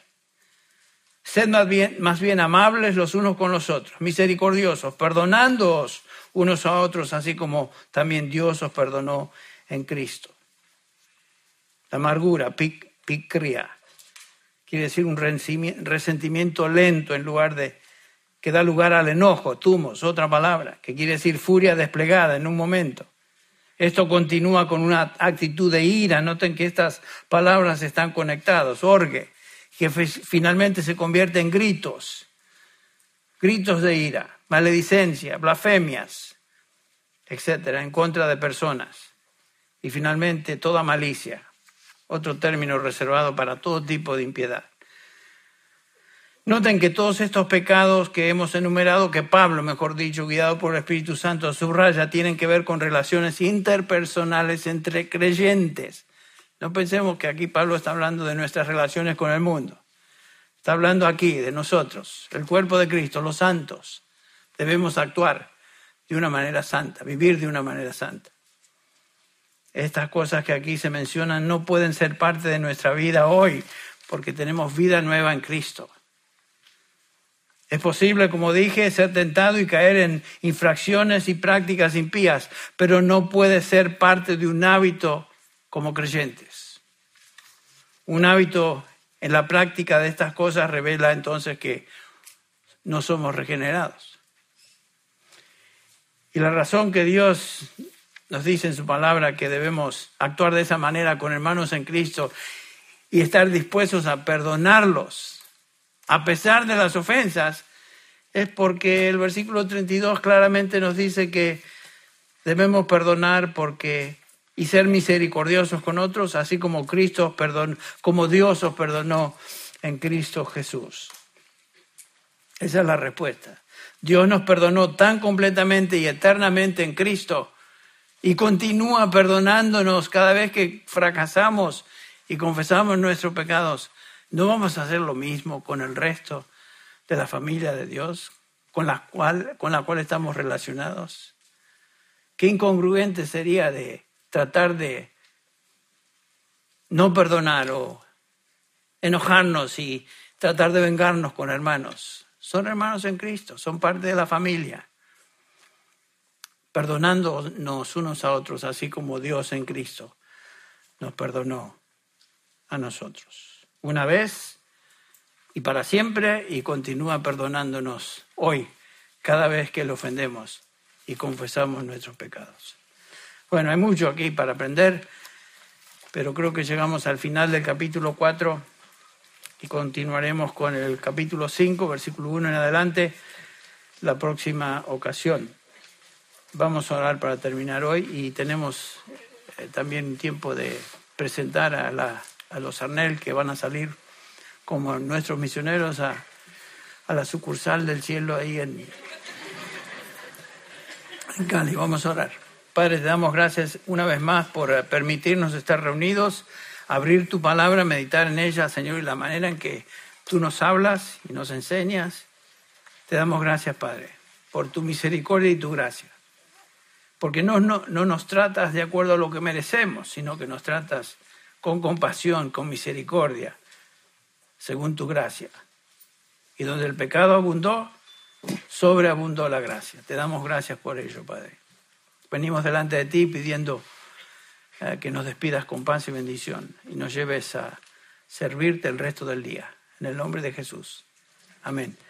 Sed más bien, más bien amables los unos con los otros, misericordiosos, perdonándoos unos a otros, así como también Dios os perdonó en Cristo. La amargura, pic, picria, quiere decir un resentimiento lento en lugar de, que da lugar al enojo, tumos, otra palabra, que quiere decir furia desplegada en un momento. Esto continúa con una actitud de ira. Noten que estas palabras están conectadas. Orge, que finalmente se convierte en gritos. Gritos de ira, maledicencia, blasfemias, etcétera, en contra de personas. Y finalmente toda malicia. Otro término reservado para todo tipo de impiedad. Noten que todos estos pecados que hemos enumerado, que Pablo, mejor dicho, guiado por el Espíritu Santo, subraya, tienen que ver con relaciones interpersonales entre creyentes. No pensemos que aquí Pablo está hablando de nuestras relaciones con el mundo. Está hablando aquí de nosotros, el cuerpo de Cristo, los santos. Debemos actuar de una manera santa, vivir de una manera santa. Estas cosas que aquí se mencionan no pueden ser parte de nuestra vida hoy, porque tenemos vida nueva en Cristo. Es posible, como dije, ser tentado y caer en infracciones y prácticas impías, pero no puede ser parte de un hábito como creyentes. Un hábito en la práctica de estas cosas revela entonces que no somos regenerados. Y la razón que Dios nos dice en su palabra que debemos actuar de esa manera con hermanos en Cristo y estar dispuestos a perdonarlos a pesar de las ofensas, es porque el versículo treinta y dos claramente nos dice que debemos perdonar porque y ser misericordiosos con otros, así como Cristo os perdonó, como Dios os perdonó en Cristo Jesús. Esa es la respuesta. Dios nos perdonó tan completamente y eternamente en Cristo y continúa perdonándonos cada vez que fracasamos y confesamos nuestros pecados. ¿No vamos a hacer lo mismo con el resto de la familia de Dios con la cual, con la cual estamos relacionados? Qué incongruente sería de tratar de no perdonar o enojarnos y tratar de vengarnos con hermanos. Son hermanos en Cristo, son parte de la familia, perdonándonos unos a otros, así como Dios en Cristo nos perdonó a nosotros. Una vez y para siempre, y continúa perdonándonos hoy, cada vez que le ofendemos y confesamos nuestros pecados. Bueno, hay mucho aquí para aprender, pero creo que llegamos al final del capítulo cuatro y continuaremos con el capítulo cinco, versículo uno en adelante, la próxima ocasión. Vamos a orar para terminar hoy y tenemos eh, también tiempo de presentar a la a los Arnel que van a salir como nuestros misioneros a, a la sucursal del cielo ahí en, en Cali. Vamos a orar. Padre, te damos gracias una vez más por permitirnos estar reunidos, abrir tu palabra, meditar en ella, Señor, y la manera en que tú nos hablas y nos enseñas. Te damos gracias, Padre, por tu misericordia y tu gracia. Porque no, no, no nos tratas de acuerdo a lo que merecemos, sino que nos tratas con compasión, con misericordia, según tu gracia. Y donde el pecado abundó, sobreabundó la gracia. Te damos gracias por ello, Padre. Venimos delante de ti pidiendo eh, que nos despidas con paz y bendición y nos lleves a servirte el resto del día. En el nombre de Jesús. Amén.